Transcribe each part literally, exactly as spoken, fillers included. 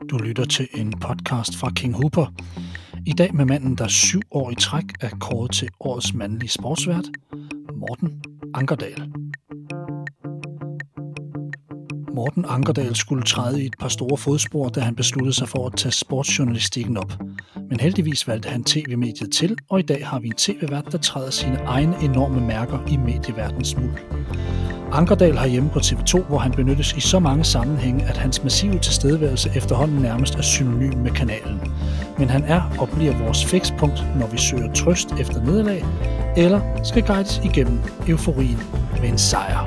Du lytter til en podcast fra King Hooper. I dag med manden, der syv år i træk er kåret til årets mandlige sportsvært, Morten Ankerdal. Morten Ankerdal skulle træde i et par store fodspor, da han besluttede sig for at tage sportsjournalistikken op. Men heldigvis valgte han tv-mediet til, og i dag har vi en tv-vært, der træder sine egne enorme mærker i medieverdens muld. Ankerdal har hjemme på T V to, hvor han benyttes i så mange sammenhænge, at hans massive tilstedeværelse efterhånden nærmest er synonym med kanalen. Men han er og bliver vores fikspunkt, når vi søger trøst efter nederlag, eller skal guides igennem euforien ved en sejr.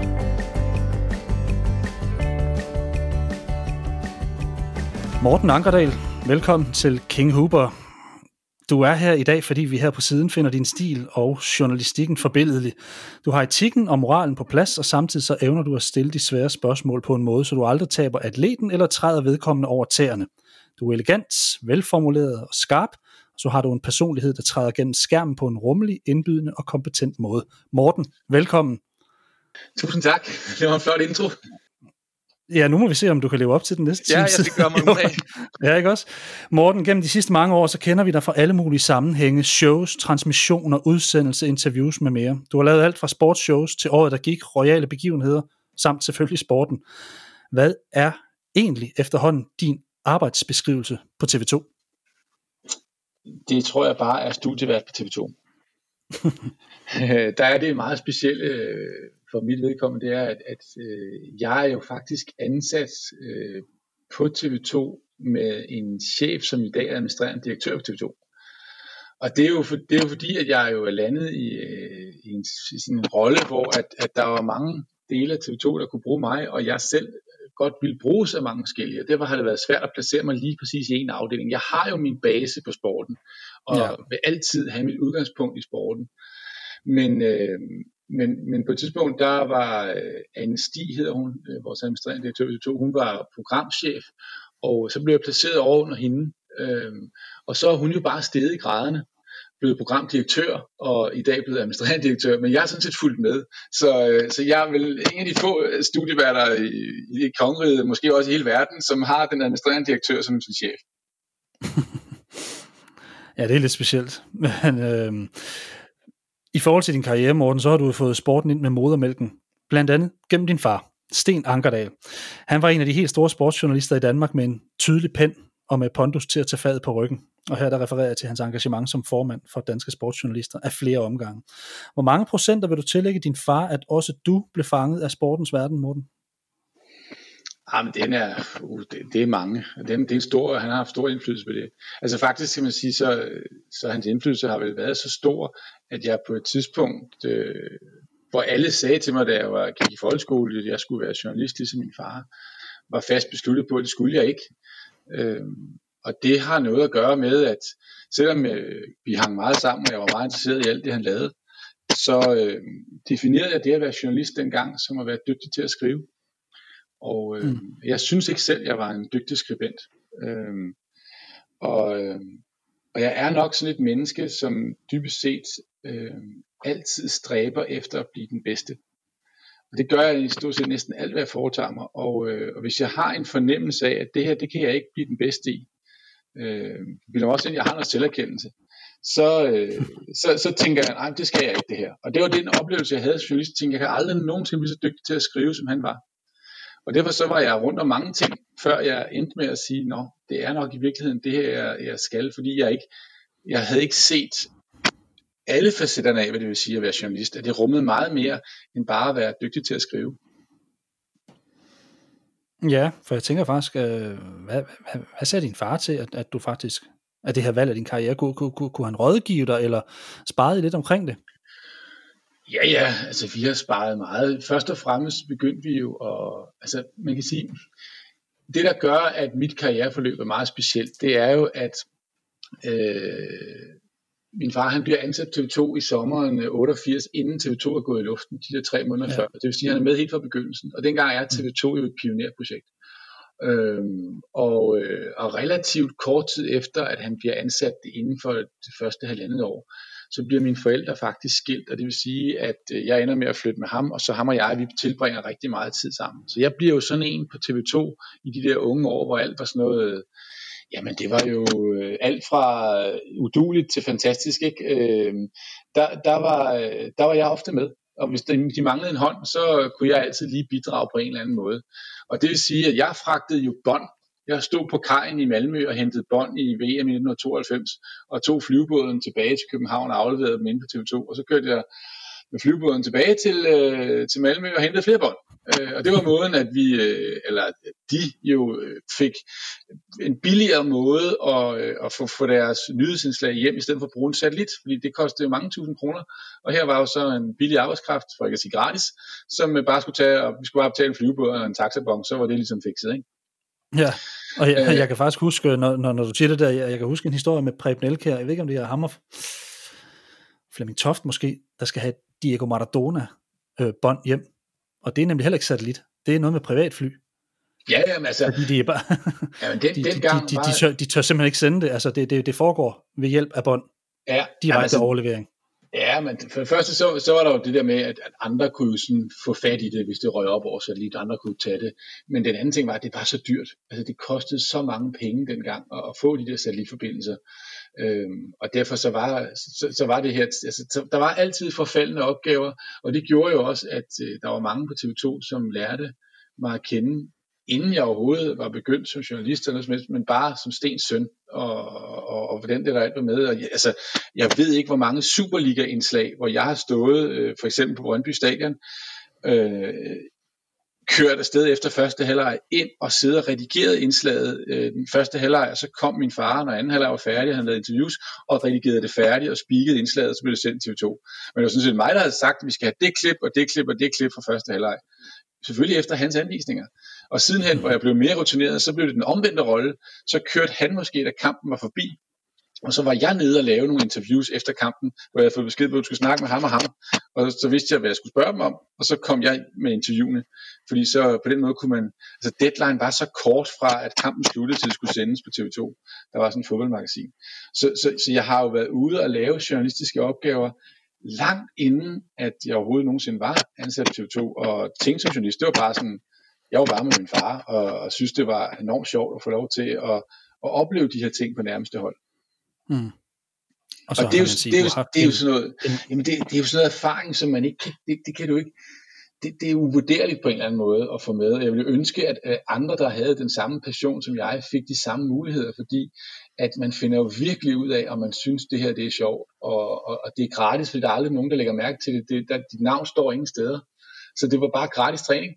Morten Ankerdal, velkommen til King Hooper. Du er her i dag, fordi vi her på siden finder din stil og journalistikken forbilledelig. Du har etikken og moralen på plads, og samtidig så evner du at stille de svære spørgsmål på en måde, så du aldrig taber atleten eller træder vedkommende over tæerne. Du er elegant, velformuleret og skarp, og så har du en personlighed, der træder gennem skærmen på en rummelig, indbydende og kompetent måde. Morten, velkommen. Tusind tak. Det var en flot intro. Ja, nu må vi se, om du kan leve op til den næste time. Ja, jeg skal gøre mig umage. Ja, ikke også? Morten, gennem de sidste mange år, så kender vi dig fra alle mulige sammenhænge, shows, transmissioner, udsendelser, interviews med mere. Du har lavet alt fra sportsshows til året, der gik, royale begivenheder, samt selvfølgelig sporten. Hvad er egentlig efterhånden din arbejdsbeskrivelse på T V to? Det tror jeg bare er studievært på T V to. Der er det meget specielle for mit vedkommende, det er, at, at øh, jeg er jo faktisk ansat øh, på T V to med en chef, som i dag er administrerende direktør på T V to. Og det er jo, for, det er jo fordi, at jeg jo er landet i, øh, i, en, i sådan en rolle, hvor at, at der var mange dele af T V to, der kunne bruge mig, og jeg selv godt ville bruges af mange forskellige. Derfor har det været svært at placere mig lige præcis i en afdeling. Jeg har jo min base på sporten, og ja. vil altid have mit udgangspunkt i sporten. Men, øh, men, men på et tidspunkt, der var øh, Anne Stig, hedder hun, øh, vores administrerende direktør i T V to, hun var programchef, og så blev jeg placeret over under hende. Øh, og så er hun jo bare steget i graderne, blevet programdirektør, og i dag blevet administrerende direktør, men jeg er sådan set fulgt med. Så, øh, så jeg er vel en af de få studieværter i, i kongeriget, måske også i hele verden, som har den administrerende direktør som sin chef. Ja, det er lidt specielt. Men øh... i forhold til din karriere, Morten, så har du fået sporten ind med modermælken, blandt andet gennem din far, Sten Ankerdal. Han var en af de helt store sportsjournalister i Danmark med en tydelig pen og med pondus til at tage fadet på ryggen. Og her der refererer jeg til hans engagement som formand for danske sportsjournalister af flere omgange. Hvor mange procenter vil du tillægge din far, at også du blev fanget af sportens verden, Morten? Jamen, den er, uh, det, det er mange. Den, det er en stor, han har haft stor indflydelse på det. Altså faktisk kan man sige, så, så hans indflydelse har vel været så stor, at jeg på et tidspunkt, øh, hvor alle sagde til mig, da jeg var, gik i folkeskole, at jeg skulle være journalist ligesom min far, var fast besluttet på, at det skulle jeg ikke. Øh, og det har noget at gøre med, at selvom øh, vi hang meget sammen, og jeg var meget interesseret i alt det, han lavede, så øh, definerede jeg det at være journalist dengang, som at være dygtig til at skrive. Og øh, mm. jeg synes ikke selv, jeg var en dygtig skribent. Øhm, og, øh, og jeg er nok sådan et menneske, som dybest set øh, altid stræber efter at blive den bedste. Og det gør jeg i stort set næsten alt, hvad jeg foretager mig. Og, øh, og hvis jeg har en fornemmelse af, at det her, det kan jeg ikke blive den bedste i, øh, vil også at jeg har noget selverkendelse, så, øh, så, så tænker jeg, nej, det skal jeg ikke det her. Og det var den oplevelse, jeg havde som journalist. Jeg tænkte, jeg kan aldrig nogensinde blive så dygtig til at skrive, som han var. Og derfor så var jeg rundt om mange ting, før jeg endte med at sige, nå, det er nok i virkeligheden det her, jeg, jeg skal, fordi jeg ikke, jeg havde ikke set alle facetterne af, hvad det vil sige at være journalist, at det rummede meget mere, end bare at være dygtig til at skrive. Ja, for jeg tænker faktisk, øh, hvad, hvad, hvad sagde din far til, at, at du faktisk, at det her valg af din karriere, kunne, kunne, kunne, kunne han rådgive dig, eller sparede I lidt omkring det? Ja, ja, altså vi har sparet meget. Først og fremmest begyndte vi jo at, altså man kan sige, det der gør, at mit karriereforløb er meget specielt, det er jo, at øh, min far han bliver ansat T V to i sommeren otteogfirs, inden T V to er gået i luften, de der tre måneder ja. før. Det vil sige, at han er med helt fra begyndelsen, og dengang er T V to jo et pionerprojekt. Øhm, og, øh, og relativt kort tid efter, at han bliver ansat inden for det første halvandet år, så bliver mine forældre faktisk skilt, og det vil sige, at jeg ender med at flytte med ham, og så ham og jeg, vi tilbringer rigtig meget tid sammen. Så jeg bliver jo sådan en på T V to i de der unge år, hvor alt var sådan noget, jamen det var jo alt fra udueligt til fantastisk, ikke? Øh, der, der, var, der var jeg ofte med. Og hvis de manglede en hånd, så kunne jeg altid lige bidrage på en eller anden måde. Og det vil sige, at jeg fragtede jo bånd. Jeg stod på kajen i Malmø og hentede bånd i V M i nitten tooghalvfems, og tog flyvebåden tilbage til København og afleverede dem inde på T V to. Og så kørte jeg med flyvebåden tilbage til, øh, til Malmø og hentede flere bånd. Øh, og det var måden, at vi, øh, eller de jo fik en billigere måde at, øh, at få, få deres nyhedsindslag hjem, i stedet for at bruge en satellit, fordi det kostede jo mange tusind kroner. Og her var jo så en billig arbejdskraft, for ikke at sige gratis, som bare skulle tage, og vi skulle bare betale en flyvebåd og en taxabon, så var det ligesom fikset, ikke? Ja, og jeg, øh, jeg kan faktisk huske, når, når, når du siger det der, jeg, jeg kan huske en historie med Preben Elkjær, jeg ved ikke om det er ham og Flemming Toft måske, der skal have Diego Maradona øh, bånd hjem, og det er nemlig heller ikke satellit, det er noget med privatfly. Ja, jamen altså, fordi de er bare, jamen den, de, den de, gang de, de, var... de, tør, de tør simpelthen ikke sende det, altså det, det, det foregår ved hjælp af bånd, ja, direkte jamen, altså, overlevering. Ja, men for det første, så, så var der jo det der med, at, at andre kunne jo sådan få fat i det, hvis det røg op over satellit, andre kunne tage det. Men den anden ting var, at det var så dyrt. Altså det kostede så mange penge dengang at, at få de der satellitforbindelser. Øhm, og derfor så var, så, så var det her, altså så, der var altid forfaldende opgaver, og det gjorde jo også, at øh, der var mange på T V to, som lærte mig at kende, inden jeg overhovedet var begyndt som journalist eller noget, men bare som Stens søn, og, og, og hvordan det der alt var med. Og, altså, jeg ved ikke, hvor mange Superliga-indslag, hvor jeg har stået, øh, for eksempel på Brøndby Stadion, øh, kørt afsted efter første halvleg ind og siddet og redigeret indslaget øh, den første halvleg, og så kom min far, når anden halvleg var færdig, han lavede interviews, og redigerede det færdigt og spikede indslaget, og så blev det sendt til T V to. Men det var sådan set mig, der havde sagt, at vi skal have det klip, og det klip, og det klip fra første halvleg. Selvfølgelig efter hans anvisninger. Og sidenhen, hvor jeg blev mere rutineret, så blev det den omvendte rolle. Så kørte han måske, da kampen var forbi. Og så var jeg nede og lave nogle interviews efter kampen, hvor jeg havde fået besked på, at jeg skulle snakke med ham og ham. Og så vidste jeg, hvad jeg skulle spørge dem om. Og så kom jeg med interviewene. Fordi så på den måde kunne man... Altså deadline var så kort fra, at kampen sluttede, til det skulle sendes på T V to. Der var sådan et fodboldmagasin. Så, så, så jeg har jo været ude og lave journalistiske opgaver, langt inden, at jeg overhovedet nogensinde var ansat på T V to, og tænkte som journalist, det var bare sådan, jeg var bare med min far, og, og synes, det var enormt sjovt at få lov til at, at opleve de her ting på nærmeste hold. Mm. Og, så og det, er jo, sige, det, er jo, det er jo sådan noget, en... jamen det, det er jo sådan noget erfaring, som man ikke kan, det, det kan du ikke, det, det er uvurderligt på en eller anden måde at få med. Jeg ville ønske, at andre, der havde den samme passion som jeg, fik de samme muligheder, fordi at man finder jo virkelig ud af, om man synes, det her det er sjovt, og, og, og det er gratis, fordi der er aldrig nogen, der lægger mærke til det. det der, dit navn står ingen steder. Så det var bare gratis træning.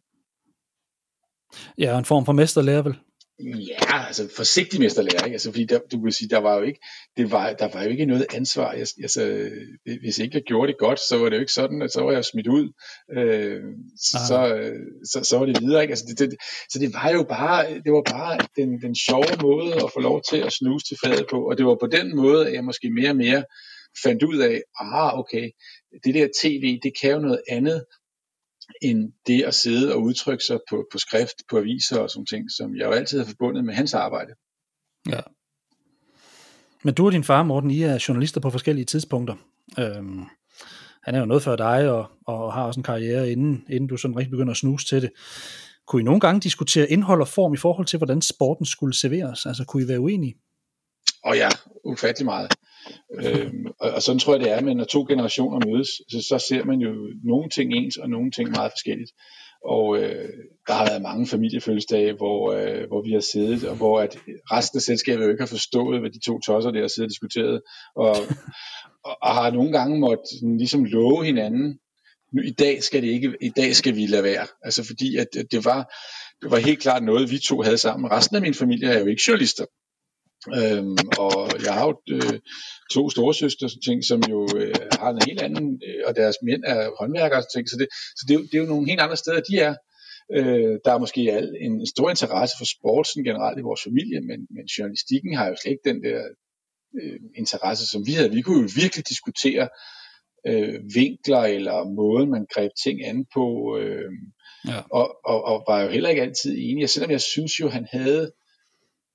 Ja, en form for mesterlærer vel? Ja, altså forsigtig mesterlærer, ikke? Altså fordi der, du kan sige, der var jo ikke, det var, der var jo ikke noget ansvar. Jeg, altså, hvis ikke jeg gjorde det godt, så var det jo ikke sådan, at så var jeg smidt ud. Øh, så, så, så var det videre, ikke? Altså det, det, så det var jo bare, det var bare den, den sjove måde at få lov til at snuse til fadet på, og det var på den måde, at jeg måske mere og mere fandt ud af, ah, okay, det der tv, det kan jo noget andet, end det at sidde og udtrykke sig på, på skrift, på aviser og sådan ting, som jeg jo altid har forbundet med hans arbejde. Ja. Men du og din far, Morten, I er journalister på forskellige tidspunkter. Øhm, han er jo noget før dig, og, og har også en karriere, inden, inden du sådan rigtig begynder at snuse til det. Kunne I nogle gange diskutere indhold og form i forhold til, hvordan sporten skulle serveres? Altså, kunne I være uenige? Og ja, ufattelig meget. Øhm, og, og sådan tror jeg det er, men når to generationer mødes, så, så ser man jo nogle ting ens og nogle ting meget forskelligt. Og øh, der har været mange familiefødselsdage, hvor, øh, hvor vi har siddet, og hvor at resten af selskabet jo ikke har forstået, hvad de to tosser der sidder og diskuteret, og, og, og har nogle gange måttet sådan, ligesom love hinanden, nu, i dag skal det ikke, i dag skal vi lade være. Altså fordi at, at det var det var helt klart noget, vi to havde sammen. Resten af min familie er jo ikke journalister. Øhm, og jeg har jo øh, to storesøstre, ting, som jo øh, har en helt anden, øh, og deres mænd er håndværkere, ting, så, det, så det, er jo, det er jo nogle helt andre steder, de er. Øh, der er måske en, en stor interesse for sporten generelt i vores familie, men, men journalistikken har jo slet ikke den der øh, interesse, som vi havde. Vi kunne jo virkelig diskutere øh, vinkler eller måden, man greb ting an på, øh, ja. og, og, og var jo heller ikke altid enige, selvom jeg synes jo, han havde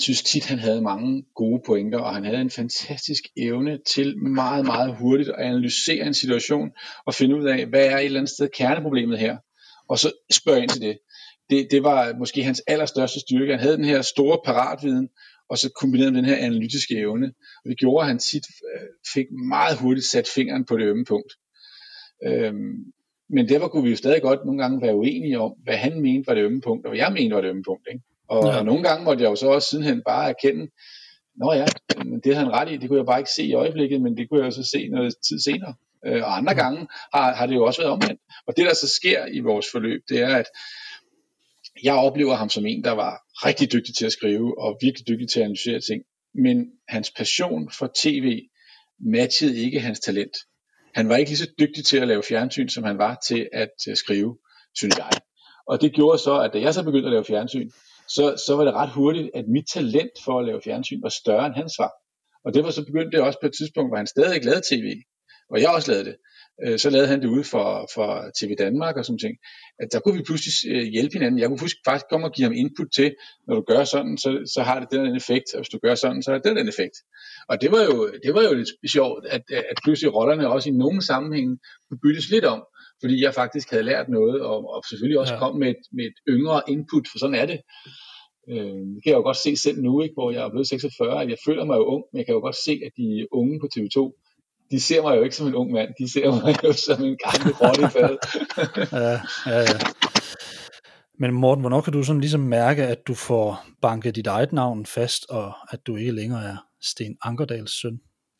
synes tit, han havde mange gode pointer, og han havde en fantastisk evne til meget, meget hurtigt at analysere en situation, og finde ud af, hvad er et eller andet sted kerneproblemet her, og så spørge ind til det. Det, det var måske hans allerstørste styrke. Han havde den her store paratviden, og så kombineret med den her analytiske evne. Og det gjorde, at han tit fik meget hurtigt sat fingeren på det ømme punkt. Øhm, men derfor kunne vi jo stadig godt nogle gange være uenige om, hvad han mente var det ømme punkt, og hvad jeg mente var det ømme punkt. Ikke? Og, ja. og nogle gange måtte jeg jo så også sidenhen bare erkende, nå ja, det havde han ret i, det kunne jeg bare ikke se i øjeblikket, men det kunne jeg jo så se noget tid senere. Øh, og andre gange har, har det jo også været omvendt. Og det der så sker i vores forløb, det er, at jeg oplever ham som en, der var rigtig dygtig til at skrive, og virkelig dygtig til at analysere ting. Men hans passion for tv matchede ikke hans talent. Han var ikke lige så dygtig til at lave fjernsyn, som han var til at skrive, synes jeg. Og det gjorde så, at da jeg så begyndte at lave fjernsyn, så, så var det ret hurtigt, at mit talent for at lave fjernsyn var større end hans var. Og derfor så begyndte det også på et tidspunkt, hvor han stadig ikke lavede tv, og jeg også lavede det. Så lavede han det ude for, for T V Danmark og sådan ting. At der kunne vi pludselig hjælpe hinanden. Jeg kunne faktisk komme og give ham input til, når du gør sådan, så, så har det den effekt, og hvis du gør sådan, så har det den effekt. Og det var jo, det var jo lidt sjovt, at, at pludselig rollerne også i nogle sammenhænge kunne byttes lidt om, fordi jeg faktisk havde lært noget, og, og selvfølgelig også ja. kom med et, med et yngre input, for sådan er det. Øh, det kan jeg jo godt se selv nu, ikke, hvor jeg er blevet seksogfyrre, at jeg føler mig jo ung, men jeg kan jo godt se, at de unge på T V to, de ser mig jo ikke som en ung mand, de ser mig jo som en gammel rotte i fald. ja, ja, ja. Men Morten, hvornår kan du sådan ligesom mærke, at du får banket dit eget navn fast, og at du ikke længere er Sten Ankerdals søn?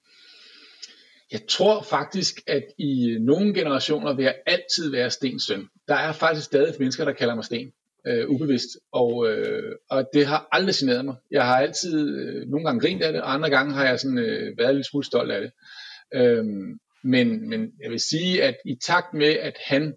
Jeg tror faktisk, at i nogle generationer vil jeg altid være Stens søn. Der er faktisk stadig mennesker, der kalder mig Sten, øh, ubevidst, og, øh, og det har aldrig generet mig. Jeg har altid øh, nogle gange grint af det, og andre gange har jeg sådan, øh, været lidt smule stolt af det. Øhm, men, men jeg vil sige, at i takt med, at han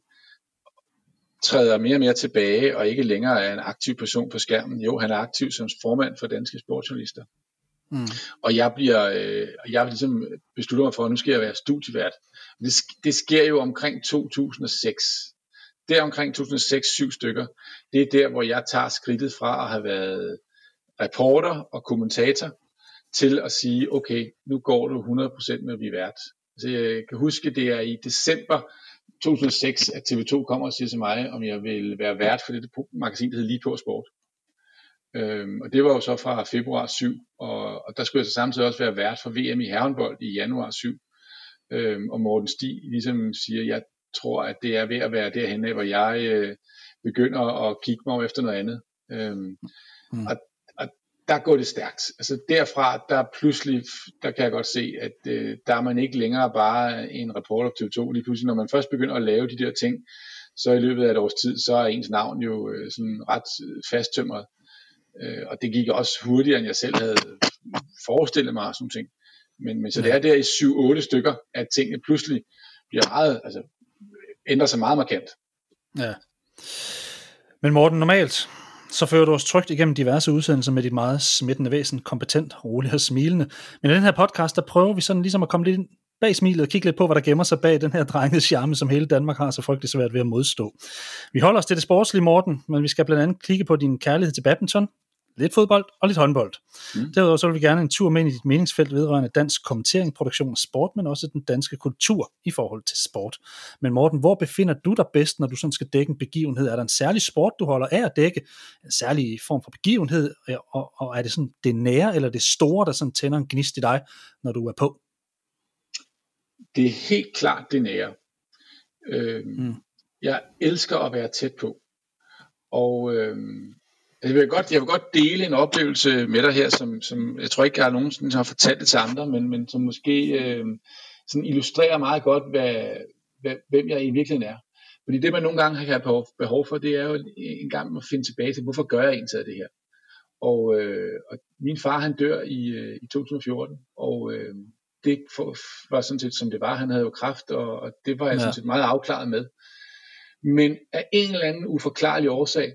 træder mere og mere tilbage, og ikke længere er en aktiv person på skærmen, jo, han er aktiv som formand for Danske Sportsjournalister, mm. og jeg bliver, øh, jeg ligesom beslutter mig for, at nu skal jeg være studievært. Det, det sker jo omkring to tusind og seks. Det er omkring to tusind og seks syv stykker. Det er der, hvor jeg tager skridtet fra at have været reporter og kommentator, til at sige, okay, nu går du hundrede procent med at blive vært. Så jeg kan huske, det er i december to tusind og seks, at T V to kommer og siger til mig, om jeg vil være vært for det magasin, der hedder Lige på Sport. Øhm, og det var jo så fra februar syv, og, og der skulle jeg så samtidig også være vært for V M i herrehåndbold i januar syv. Øhm, og Morten Stig ligesom siger, jeg tror, at det er ved at være derhen af, hvor jeg øh, begynder at kigge mig efter noget andet. Øhm, mm. og der går det stærkt. Altså derfra, der pludselig, der kan jeg godt se, at øh, der er man ikke længere bare en reporter på T V to. Lige pludselig, når man først begynder at lave de der ting, så i løbet af et års tid, så er ens navn jo øh, sådan ret fasttømret. Øh, og det gik også hurtigere, end jeg selv havde forestillet mig og sådan ting. Men, men så det er der i syv otte stykker, at tingene pludselig bliver meget, altså ændrer sig meget markant. Ja. Men Morten, normalt så fører du os trygt igennem diverse udsendelser med dit meget smittende væsen, kompetent, rolig og smilende. Men i den her podcast, der prøver vi sådan ligesom at komme lidt bag smilet og kigge lidt på, hvad der gemmer sig bag den her drengede charme, som hele Danmark har så frygtelig svært ved at modstå. Vi holder os til det sportslige, Morten, men vi skal blandt andet kigge på din kærlighed til badminton, lidt fodbold og lidt håndbold. Mm. Derudover så vil vi gerne en tur med ind i dit meningsfelt vedrørende dansk kommentering, produktion af sport, men også den danske kultur i forhold til sport. Men Morten, hvor befinder du dig bedst, når du sådan skal dække en begivenhed? Er der en særlig sport, du holder af at dække? En særlig form for begivenhed? Og, og er det sådan det nære eller det store, der sådan tænder en gnist i dig, når du er på? Det er helt klart det nære. Øhm, mm. Jeg elsker at være tæt på. Og øhm, Jeg vil, godt, jeg vil godt dele en oplevelse med dig her, som, som jeg tror ikke, jeg har nogen, som har fortalt det til andre, men, men som måske øh, sådan illustrerer meget godt, hvad, hvad, hvem jeg i virkeligheden er. Fordi det, man nogle gange har behov, behov for, det er jo en gang at finde tilbage til, hvorfor gør jeg egentlig det her? Og, øh, og min far, han dør i, øh, i to tusind og fjorten, og øh, det for, var sådan set, som det var. Han havde jo kræft, og, og det var jeg ja. sådan set meget afklaret med. Men af en eller anden uforklarlig årsag,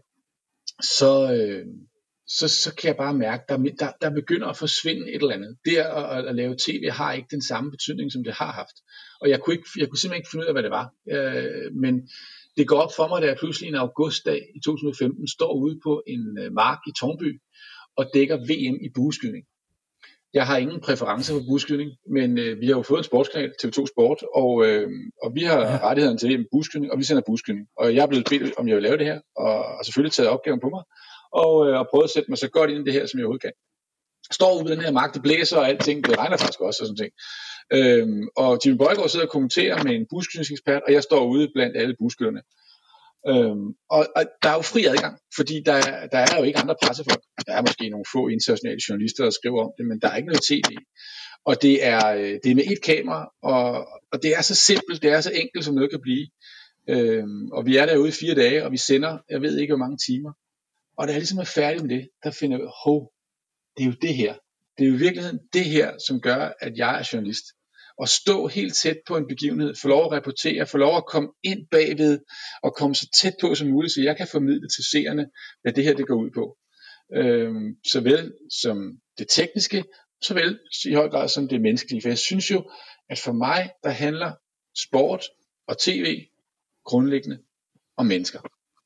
Så, øh, så, så kan jeg bare mærke, der, der, der begynder at forsvinde et eller andet. Det at, at lave tv har ikke den samme betydning, som det har haft. Og jeg kunne, ikke, jeg kunne simpelthen ikke finde ud af, hvad det var. Øh, men det går op for mig, da jeg pludselig en augustdag i to tusind og femten står ude på en øh, mark i Tårnby, og dækker V M i bueskydning. Jeg har ingen præferencer for bueskydning, men øh, vi har jo fået en sportskanal, T V to Sport, og, øh, og vi har ja. rettigheden til V M i bueskydning, og vi sender bueskydning. Og jeg er blevet bedt, om jeg vil lave det her, og har selvfølgelig taget opgaven på mig, og, øh, og prøvet at sætte mig så godt ind i det her, som jeg overhovedet kan. Står ude ved den her mark, det blæser og alting, det regner faktisk også og sådan ting. Øhm, og Jimmy Bøjgaard sidder og kommenterer med en bueskydningsekspert, og jeg står ude blandt alle bueskytterne. Øhm, og, og der er jo fri adgang, fordi der, der er jo ikke andre pressefolk. Der er måske nogle få internationale journalister, der skriver om det, men der er ikke noget tv. Og det er, det er med et kamera, og, og det er så simpelt, det er så enkelt, som noget kan blive. Øhm, og vi er derude i fire dage, og vi sender, jeg ved ikke hvor mange timer. Og da jeg ligesom er færdig med det, der finder jeg, hov, det er jo det her. Det er jo i virkeligheden det her, som gør, at jeg er journalist. At stå helt tæt på en begivenhed, få lov at rapportere, få lov at komme ind bagved, og komme så tæt på som muligt, så jeg kan formidle til seerne, hvad det her det går ud på. Øhm, såvel som det tekniske, såvel i høj grad som det menneskelige. For jeg synes jo, at for mig, der handler sport og tv grundlæggende om mennesker.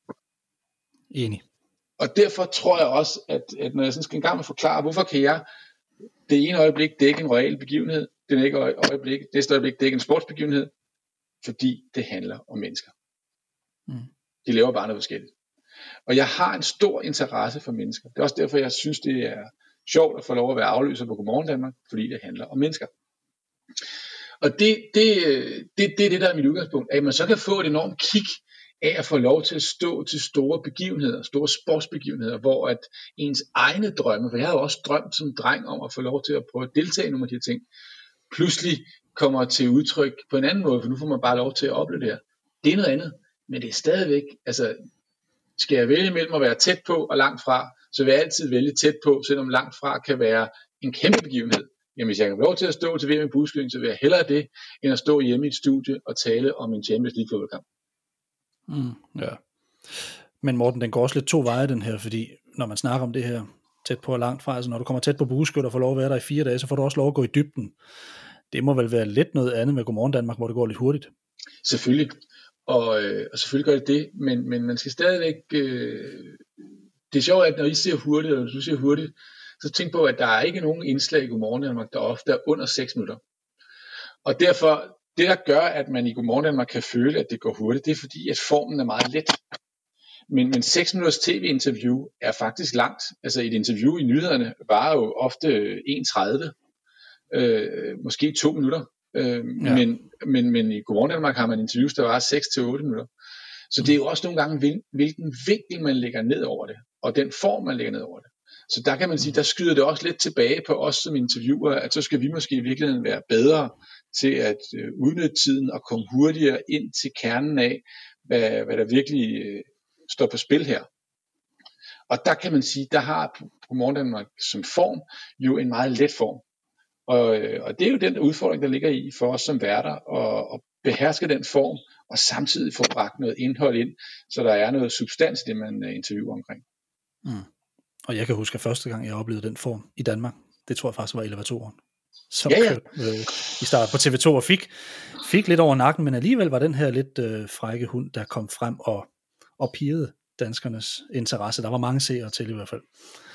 Enig. Og derfor tror jeg også, at, at når jeg sådan skal en gang med forklare, hvorfor kan jeg det ene øjeblik dække en royal begivenhed, det næste øjeblik, næste øjeblik dække en sportsbegivenhed, fordi det handler om mennesker. Mm. De lever bare noget forskelligt. Og jeg har en stor interesse for mennesker. Det er også derfor, jeg synes, det er sjovt at få lov at være afløser på Godmorgen Danmark, fordi det handler om mennesker. Og det, det, det, det er det, der er mit udgangspunkt. At man så kan få et enormt kick af at få lov til at stå til store begivenheder, store sportsbegivenheder, hvor at ens egne drømme, for jeg har jo også drømt som dreng om at få lov til at prøve at deltage i nogle af de her ting, pludselig kommer til udtryk på en anden måde, for nu får man bare lov til at opleve det her. Det er noget andet, men det er stadigvæk, altså skal jeg vælge mellem at være tæt på og langt fra, så vil jeg altid vælge tæt på, selvom langt fra kan være en kæmpe begivenhed. Jamen hvis jeg kan få lov til at stå til V M i bueskydning, så vil jeg hellere det, end at stå hjemme i et studie og tale om en Champions League fodboldkamp. Mm, ja. Men Morten, den går også lidt to veje den her, fordi når man snakker om det her tæt på og langt fra, altså når du kommer tæt på bueskytter og får lov at være der i fire dage, så får du også lov at gå i dybden. Det må vel være lidt noget andet med Godmorgen Danmark, hvor det går lidt hurtigt. Selvfølgelig, og, øh, og selvfølgelig gør det det, men, men man skal stadigvæk, øh, det er sjovt, at når I siger hurtigt, eller du siger hurtigt, så tænk på, at der er ikke nogen indslag i Godmorgen Danmark, der ofte er under seks minutter. Og derfor, det der gør, at man i Godmorgen Danmark kan føle, at det går hurtigt, det er fordi, at formen er meget let. Men, men seks minutters tv-interview er faktisk langt. Altså et interview i nyhederne varer jo ofte en tredive, øh, måske to minutter. Øh, ja. men, men, men i Godmorgen Danmark har man interviews, der varer seks til otte minutter. Så det er jo også nogle gange, hvilken vinkel man lægger ned over det, og den form, man lægger ned over det. Så der kan man sige, der skyder det også lidt tilbage på os som interviewer, at så skal vi måske i virkeligheden være bedre til at øh, udnytte tiden og komme hurtigere ind til kernen af, hvad, hvad der virkelig øh, står på spil her. Og der kan man sige, der har Godmorgen Danmark som form jo en meget let form. Og, øh, og det er jo den udfordring, der ligger i for os som værter, at, at beherske den form, og samtidig få bragt noget indhold ind, så der er noget substans i det, man interviewer omkring. Mm. Og jeg kan huske, at første gang, jeg oplevede den form i Danmark, det tror jeg faktisk var elevatoren, som ja, ja. kørte øh, i starten på T V to og fik, fik lidt over nakken, men alligevel var den her lidt øh, frække hund, der kom frem og, og pirrede danskernes interesse. Der var mange seere til i hvert fald.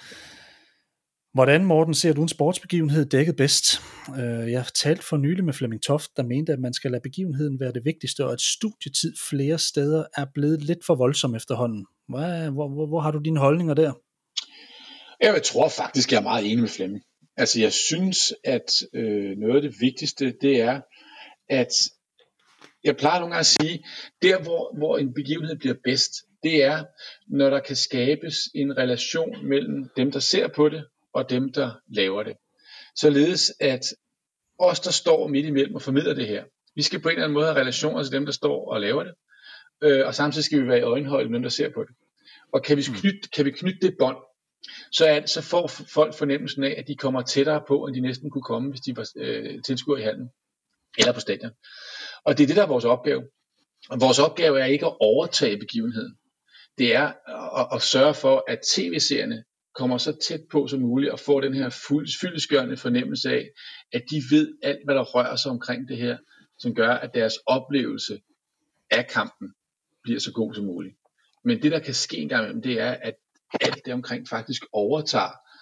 Hvordan, Morten, ser du en sportsbegivenhed dækket bedst? Jeg talte for nylig med Flemming Toft, der mente, at man skal lade begivenheden være det vigtigste, og at studietid flere steder er blevet lidt for voldsom efterhånden. Hvor, hvor, hvor, hvor har du dine holdninger der? Jeg tror faktisk, jeg er meget enig med Flemming. Altså, jeg synes, at øh, noget af det vigtigste, det er, at jeg plejer nogle gange at sige, der hvor, hvor en begivenhed bliver bedst, det er, når der kan skabes en relation mellem dem, der ser på det, og dem, der laver det. Således at os, der står midt imellem og formidler det her, vi skal på en eller anden måde have relationer til dem, der står og laver det, øh, og samtidig skal vi være i øjenhøjde med dem, der ser på det. Og kan vi knytte, kan vi knytte det bånd, så, er, så får folk fornemmelsen af, at de kommer tættere på, end de næsten kunne komme, hvis de var øh, tilskuere i hallen eller på stadion. Og det er det, der er vores opgave. Og vores opgave er ikke at overtage begivenheden. Det er at, at sørge for, at tv-seerne kommer så tæt på som muligt og får den her fyldestgørende fornemmelse af, at de ved alt, hvad der rører sig omkring det her, som gør, at deres oplevelse af kampen bliver så god som muligt. Men det, der kan ske engang imellem, det er, at alt det omkring faktisk overtager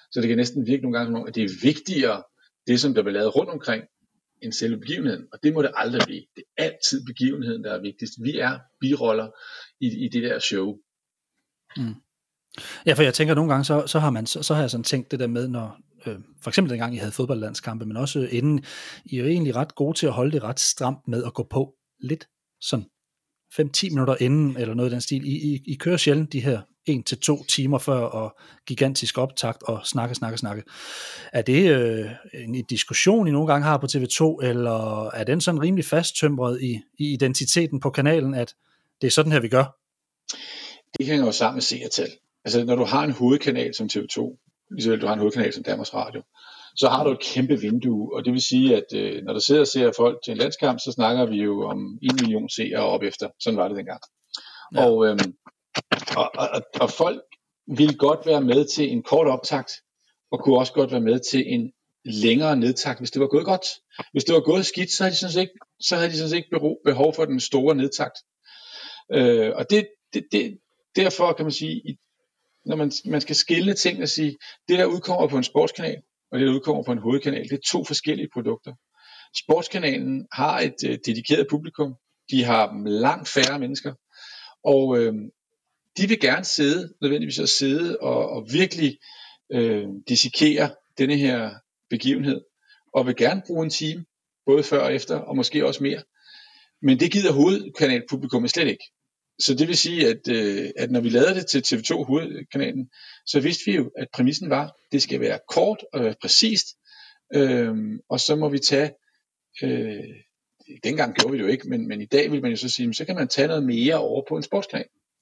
Så det kan næsten virke nogle gange som om, at det er vigtigere, det som der bliver lavet rundt omkring, end selve begivenheden. Og det må det aldrig blive. Det er altid begivenheden, der er vigtigst. Vi er biroller i, i det der show. Mm. Ja, for jeg tænker nogle gange, så, så, har, man, så, så har jeg sådan tænkt det der med, når øh, for eksempel dengang I havde fodboldlandskampe, men også inden, I er jo egentlig ret gode til at holde det ret stramt med at gå på lidt sådan fem til ti minutter inden, eller noget i den stil. I, I, I kører sjældent de her en til to timer før, og gigantisk optakt, og snakke, snakke, snakke. Er det øh, en diskussion, I nogle gange har på T V to, eller er den sådan rimelig fasttømret i, i identiteten på kanalen, at det er sådan her, vi gør? Det hænger jo sammen med seertal. Altså, når du har en hovedkanal som T V to, ligesom du har en hovedkanal som Danmarks Radio, så har du et kæmpe vindue, og det vil sige, at øh, når der sidder og ser folk til en landskamp, så snakker vi jo om en million seere op efter. Sådan var det dengang. Ja. Og, øhm, og, og, og folk ville godt være med til en kort optakt, og kunne også godt være med til en længere nedtakt, hvis det var gået godt. Hvis det var gået skidt, så havde de sådan set ikke, så havde de sådan set ikke behov for den store nedtakt. Øh, og det, det, det, derfor kan man sige, når man, man skal skille ting og sige, det der udkommer på en sportskanal, og det der udkommer på en hovedkanal, det er to forskellige produkter. Sportskanalen har et øh, dedikeret publikum, de har langt færre mennesker, og øh, de vil gerne sidde, nødvendigvis at sidde og, og virkelig øh, dissekere denne her begivenhed, og vil gerne bruge en time, både før og efter, og måske også mere. Men det gider hovedkanalpublikummet slet ikke. Så det vil sige, at, øh, at når vi lavede det til T V to hovedkanalen, så vidste vi jo, at præmissen var, at det skal være kort og være præcist, øh, og så må vi tage, øh, dengang gjorde vi det jo ikke, men, men i dag vil man jo så sige, så kan man tage noget mere over på en sportskanal.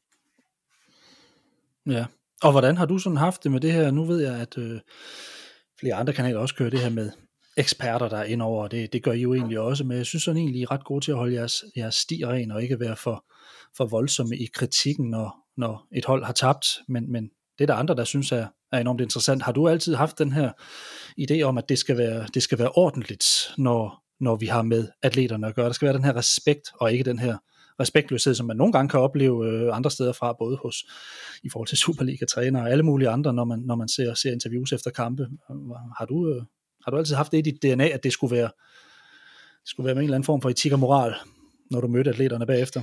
Ja, og hvordan har du sådan haft det med det her? Nu ved jeg, at øh, flere andre kanaler også kører det her med eksperter, der er ind over, det, det gør I jo egentlig også, men jeg synes sådan egentlig, I er ret gode til at holde jeres, jeres sti ren, og ikke være for, for voldsomme i kritikken, når, når et hold har tabt, men, men det er der andre, der synes er, er enormt interessant. Har du altid haft den her idé om, at det skal være, det skal være ordentligt, når, når vi har med atleterne at gøre? Der skal være den her respekt, og ikke den her respektløshed, som man nogle gange kan opleve øh, andre steder fra, både hos, i forhold til Superliga-træner og alle mulige andre, når man, når man ser, ser interviews efter kampe. Har du... Øh, Har du altid haft det i dit D N A, at det skulle være, det skulle være med en eller anden form for etik og moral, når du mødte atleterne bagefter?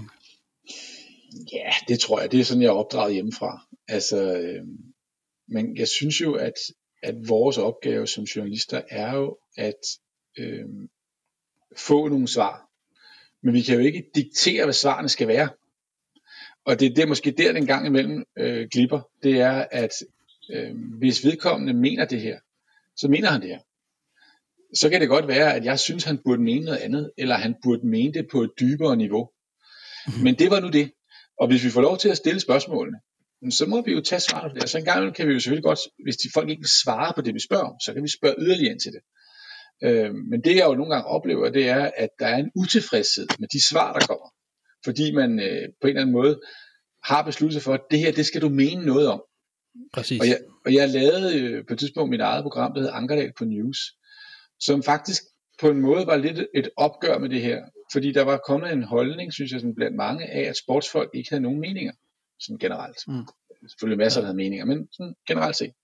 Ja, det tror jeg. Det er sådan, jeg er opdraget hjemmefra. Altså, øh, men jeg synes jo, at, at vores opgave som journalister er jo at øh, få nogle svar. Men vi kan jo ikke diktere, hvad svarene skal være. Og det er det, måske der, den gang imellem øh, glipper. Det er, at øh, hvis vedkommende mener det her, så mener han det her. Så kan det godt være, at jeg synes, han burde mene noget andet, eller han burde mene det på et dybere niveau. Mm-hmm. Men det var nu det. Og hvis vi får lov til at stille spørgsmålene, så må vi jo tage svaret på det. Og så en gang kan vi jo selvfølgelig godt, hvis de folk ikke vil svare på det, vi spørger om, så kan vi spørge yderligere ind til det. Øh, men det jeg jo nogle gange oplever, det er, at der er en utilfredshed med de svar, der kommer. Fordi man øh, på en eller anden måde har besluttet sig for, at det her, det skal du mene noget om. Præcis. Og jeg, og jeg lavede øh, på et tidspunkt mit eget program, der hed Ankerdal på News, som faktisk på en måde var lidt et opgør med det her, fordi der var kommet en holdning, synes jeg, sådan blandt mange af, at sportsfolk ikke havde nogen meninger, sådan generelt. Mm. Selvfølgelig masser, der havde meninger, men sådan generelt set.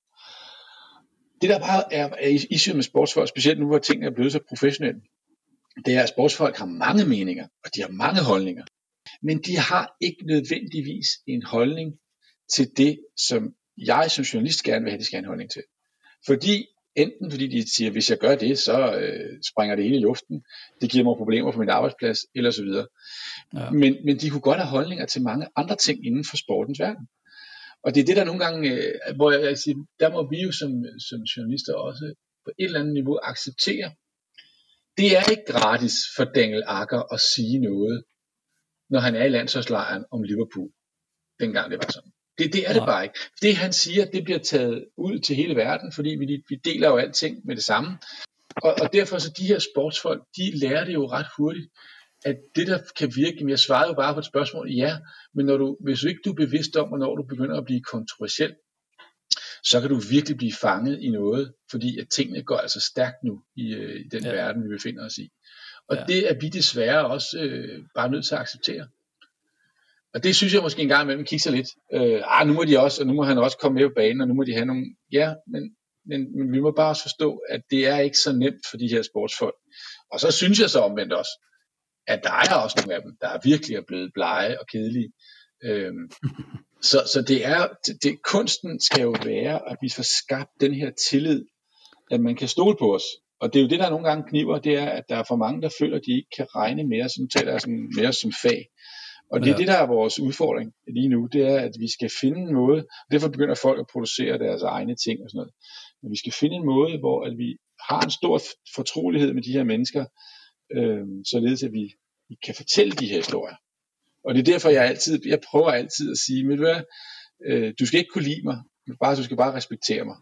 Det der bare er, er issue med sportsfolk, specielt nu, hvor tingene er blevet så professionelle, det er, at sportsfolk har mange meninger, og de har mange holdninger, men de har ikke nødvendigvis en holdning til det, som jeg som journalist gerne vil have, de skal have en holdning til. Fordi enten fordi de siger, hvis jeg gør det, så øh, springer det hele i luften, det giver mig problemer på min arbejdsplads, eller så videre. Ja. Men, men de kunne godt have holdninger til mange andre ting inden for sportens verden. Og det er det, der nogle gange, øh, hvor jeg, jeg siger, der må vi jo som, som journalister også på et eller andet niveau acceptere. Det er ikke gratis for Daniel Agger at sige noget, når han er i landsholdslejren om Liverpool, dengang det var sådan. Det, det er det bare ikke. Det han siger, det bliver taget ud til hele verden, fordi vi, vi deler jo alting med det samme. Og, og derfor så de her sportsfolk, de lærer det jo ret hurtigt, at det der kan virke, men jeg svarede jo bare på et spørgsmål, ja, men når du, hvis du ikke du er bevidst om, hvornår du begynder at blive kontroversiel, så kan du virkelig blive fanget i noget, fordi at tingene går altså stærkt nu i, øh, i den ja. verden, vi befinder os i. Og ja. det er vi desværre også øh, bare nødt til at acceptere. Og det synes jeg måske en gang imellem kigger lidt. Øh, ah, nu må de også, og nu må han også komme med på banen, og nu må de have nogle... Ja, men men, men vi må bare også forstå, at det er ikke så nemt for de her sportsfolk. Og så synes jeg så omvendt også, at der er også nogle af dem, der er virkelig er blevet blege og kedelige. Øhm, så, så det er, det, kunsten skal jo være, at vi får skabt den her tillid, at man kan stole på os. Og det er jo det, der nogle gange kniver, det er, at der er for mange, der føler, at de ikke kan regne mere, som taler sådan mere som fag. Og det er ja. det, der er vores udfordring lige nu, det er, at vi skal finde en måde, og derfor begynder folk at producere deres egne ting og sådan noget. Men vi skal finde en måde, hvor at vi har en stor fortrolighed med de her mennesker, øh, således at vi, vi kan fortælle de her historier. Og det er derfor, jeg altid, jeg prøver altid at sige, men hvad, øh, du skal ikke kunne lide mig, bare, du skal bare respektere mig.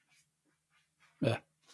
Ja.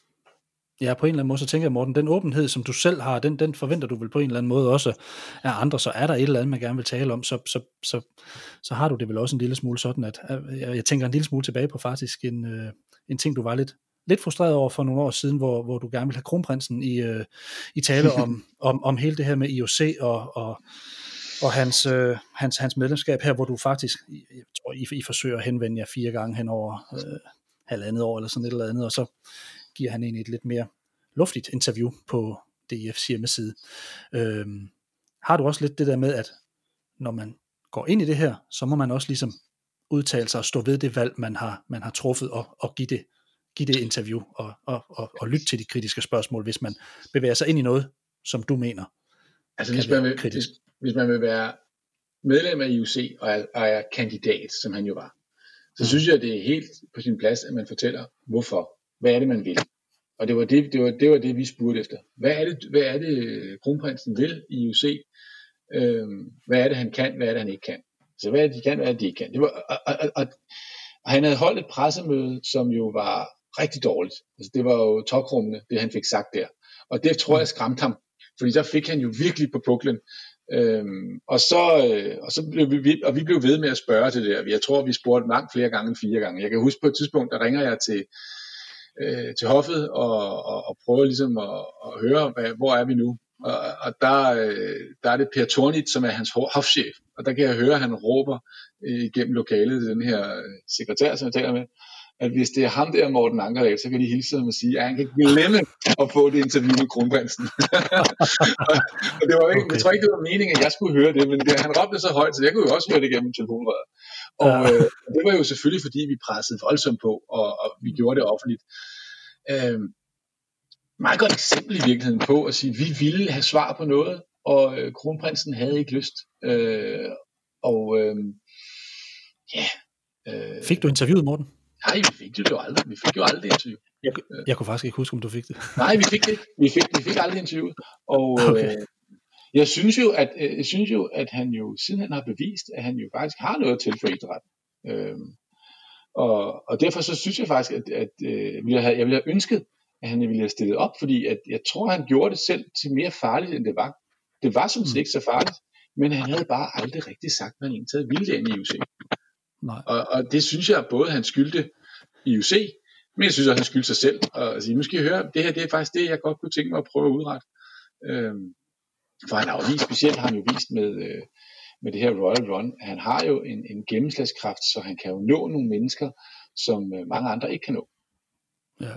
Ja, på en eller anden måde, så tænker jeg, Morten, den åbenhed, som du selv har, den, den forventer du vel på en eller anden måde også af andre, så er der et eller andet, man gerne vil tale om, så, så, så, så har du det vel også en lille smule sådan, at jeg tænker en lille smule tilbage på faktisk en, øh, en ting, du var lidt, lidt frustreret over for nogle år siden, hvor, hvor du gerne ville have kronprinsen i, øh, i tale om, om, om hele det her med I O C og, og, og hans, øh, hans, hans medlemskab her, hvor du faktisk, jeg tror, I, I forsøger at henvende jer fire gange hen over øh, halvandet år eller sådan et eller andet, og så giver han egentlig et lidt mere luftigt interview på D I F's hjemmeside. Øhm, har du også lidt det der med, at når man går ind i det her, så må man også ligesom udtale sig og stå ved det valg, man har, man har truffet, og, og give, det, give det interview, og, og, og, og lytte til de kritiske spørgsmål, hvis man bevæger sig ind i noget, som du mener. Altså hvis man, vil, hvis, hvis man vil være medlem af I O C og er, og er kandidat, som han jo var, så mm. synes jeg, det er helt på sin plads, at man fortæller, hvorfor. Hvad er det, man vil? Og det var det, det var, det var det, vi spurgte efter. Hvad er det, hvad er det kronprinsen vil i I O C? Øhm, hvad er det, han kan? Hvad er det, han ikke kan? Så hvad er det, de kan? Hvad er det, de ikke kan? Det var, og, og, og, og han havde holdt et pressemøde, som jo var rigtig dårligt. Altså, det var jo tokrummende, det han fik sagt der. Og det tror jeg skræmte ham, fordi så fik han jo virkelig på puklen. Øhm, og så, øh, og så blev vi, og vi blev ved med at spørge til det der. Jeg tror, vi spurgte langt flere gange end fire gange. Jeg kan huske på et tidspunkt, der ringer jeg til øh, til hoffet og, og, og prøver ligesom at, at høre, hvad, hvor er vi nu? Og, og der, øh, der er det Per Tornit, som er hans hofchef, og der kan jeg høre, at han råber øh, igennem lokalet til den her øh, sekretær, som jeg taler med, at hvis det er ham der, Morten Ankerdal, så kan de hilse ham og sige, at han kan glemme at få det interview med kronprinsen. og, og det var ikke, okay. Jeg tror ikke, det var meningen, at jeg skulle høre det, men det, han råbte så højt, så jeg kunne jo også høre det igennem telefonrøret. Og øh, det var jo selvfølgelig, fordi vi pressede voldsomt på, og, og vi gjorde det offentligt. Øh, meget godt eksempel i virkeligheden på at sige, at vi ville have svar på noget, og øh, kronprinsen havde ikke lyst. Øh, og øh, ja. Øh, fik du interviewet, Morten? Nej, vi fik det jo aldrig. Vi fik jo aldrig det interview. Jeg, jeg kunne faktisk ikke huske, om du fik det. Nej, vi fik det ikke. Vi fik, vi fik aldrig interviewet. Og okay. øh, jeg synes jo, at jeg synes jo, at han jo siden han har bevist, at han jo faktisk har noget til for idrætten. Øh, og, og derfor så synes jeg faktisk, at, at øh, jeg, havde, jeg ville have ønsket, at han ville have stillet op, fordi at jeg tror, han gjorde det selv til mere farligt, end det var. Det var sådan set ikke så farligt, men han havde bare aldrig rigtig sagt, hvad han egentlig havde ville det i I O C. Nej. Og, og det synes jeg både han skyldte I O C, men jeg synes også han skyldte sig selv og sige, nu skal I høre, det her det er faktisk det jeg godt kunne tænke mig at prøve at udrette. Øhm, for han har jo vist, specielt har han jo vist med, øh, med det her Royal Run, at han har jo en, en gennemslagskraft, så han kan jo nå nogle mennesker, som øh, mange andre ikke kan nå. Ja.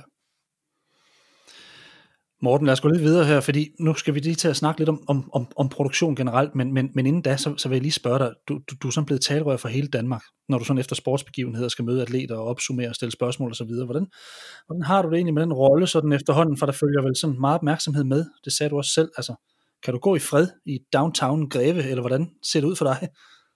Morten, lad os gå lidt videre her, fordi nu skal vi lige til at snakke lidt om, om, om, om produktion generelt, men, men, men inden da, så, så vil jeg lige spørge dig, du, du, du er sådan blevet talerør for hele Danmark, når du sådan efter sportsbegivenheder skal møde atleter og opsummere og stille spørgsmål og så videre. Hvordan, hvordan har du det egentlig med den rolle sådan efterhånden, for der følger vel sådan meget opmærksomhed med, det sagde du også selv, altså kan du gå i fred i downtown Greve, eller hvordan ser det ud for dig?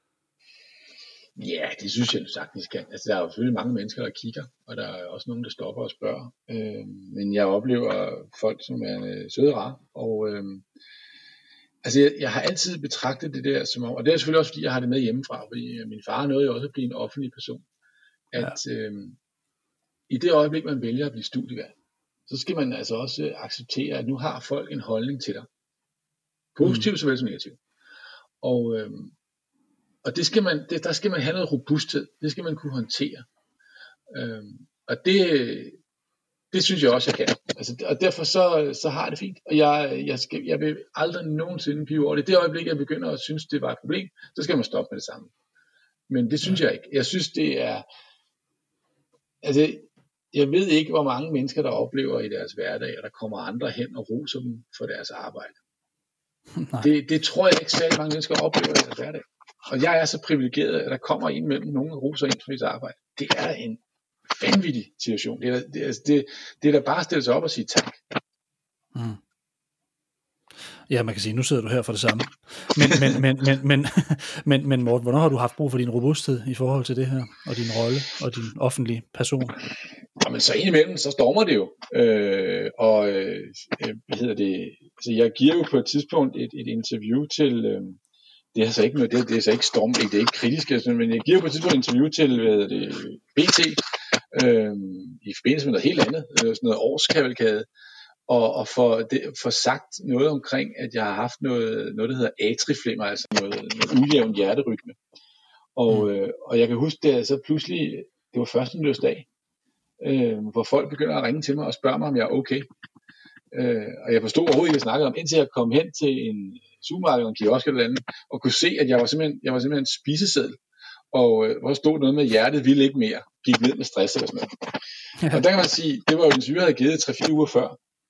Ja, det synes jeg sagtens kan. Altså, der er jo selvfølgelig mange mennesker, der kigger, og der er også nogen, der stopper og spørger. Øh, men jeg oplever folk, som er øh, søde og rare. Og øh, altså, jeg, jeg har altid betragtet det der som om, og det er selvfølgelig også, fordi jeg har det med hjemmefra, fordi min far nåede jo også at blive en offentlig person. At ja. øh, i det øjeblik, man vælger at blive studievært, så skal man altså også acceptere, at nu har folk en holdning til dig. Positiv mm. såvel som negativ. Og øh, Og det skal man, det, der skal man have noget robusthed. Det skal man kunne håndtere. Øhm, og det, det synes jeg også, jeg kan. Altså, og derfor så, så har jeg det fint. Og jeg, jeg, skal, jeg vil aldrig nogensinde pive over det. Det øjeblik, jeg begynder at synes, det var et problem, så skal man stoppe med det samme. Men det synes jeg ikke. Jeg synes, det er... Altså, jeg ved ikke, hvor mange mennesker, der oplever i deres hverdag, at der kommer andre hen og roser dem for deres arbejde. Det, det tror jeg ikke særlig mange mennesker oplever i deres hverdag. Og jeg er så privilegeret, at der kommer en mellem nogen og roser ind for sit arbejde. Det er en vanvittig situation. Det er, det, det, det er da bare at stille sig op og sige tak. Mm. Ja, man kan sige, nu sidder du her for det samme. Men, men, men, men, men, men, men Morten, hvornår har du haft brug for din robusthed i forhold til det her, og din rolle, og din offentlige person? Jamen, så indimellem, så stormer det jo. Øh, og øh, hvad hedder det? Altså, jeg giver jo på et tidspunkt et, et interview til... Øh, det er altså ikke noget, det, det er så ikke storm, det er ikke kritisk, men jeg giver på et tidspunkt et interview til hvad hedder det, B T øh, i forbindelse med noget helt andet, sådan noget årskavalkade. Og, og for, det, for sagt noget omkring, at jeg har haft noget, noget der hedder atriflimmer, altså noget, noget ujævn hjerterytme. Og, mm. øh, og jeg kan huske, det så pludselig, det var første nytårsdag, øh, hvor folk begynder at ringe til mig og spørge mig, om jeg er okay. Øh, og jeg forstod overhovedet ikke, at jeg snakkede om, indtil jeg kom hen til en supermarked, en kiosk eller andet, og kunne se, at jeg var simpelthen, jeg var simpelthen en spiseseddel. Og øh, hvor stod noget med, hjertet ville ikke mere, gik ned med stress eller sådan noget. Ja. Og der kan man sige, det var jo den syge, jeg havde givet tre fire uger før.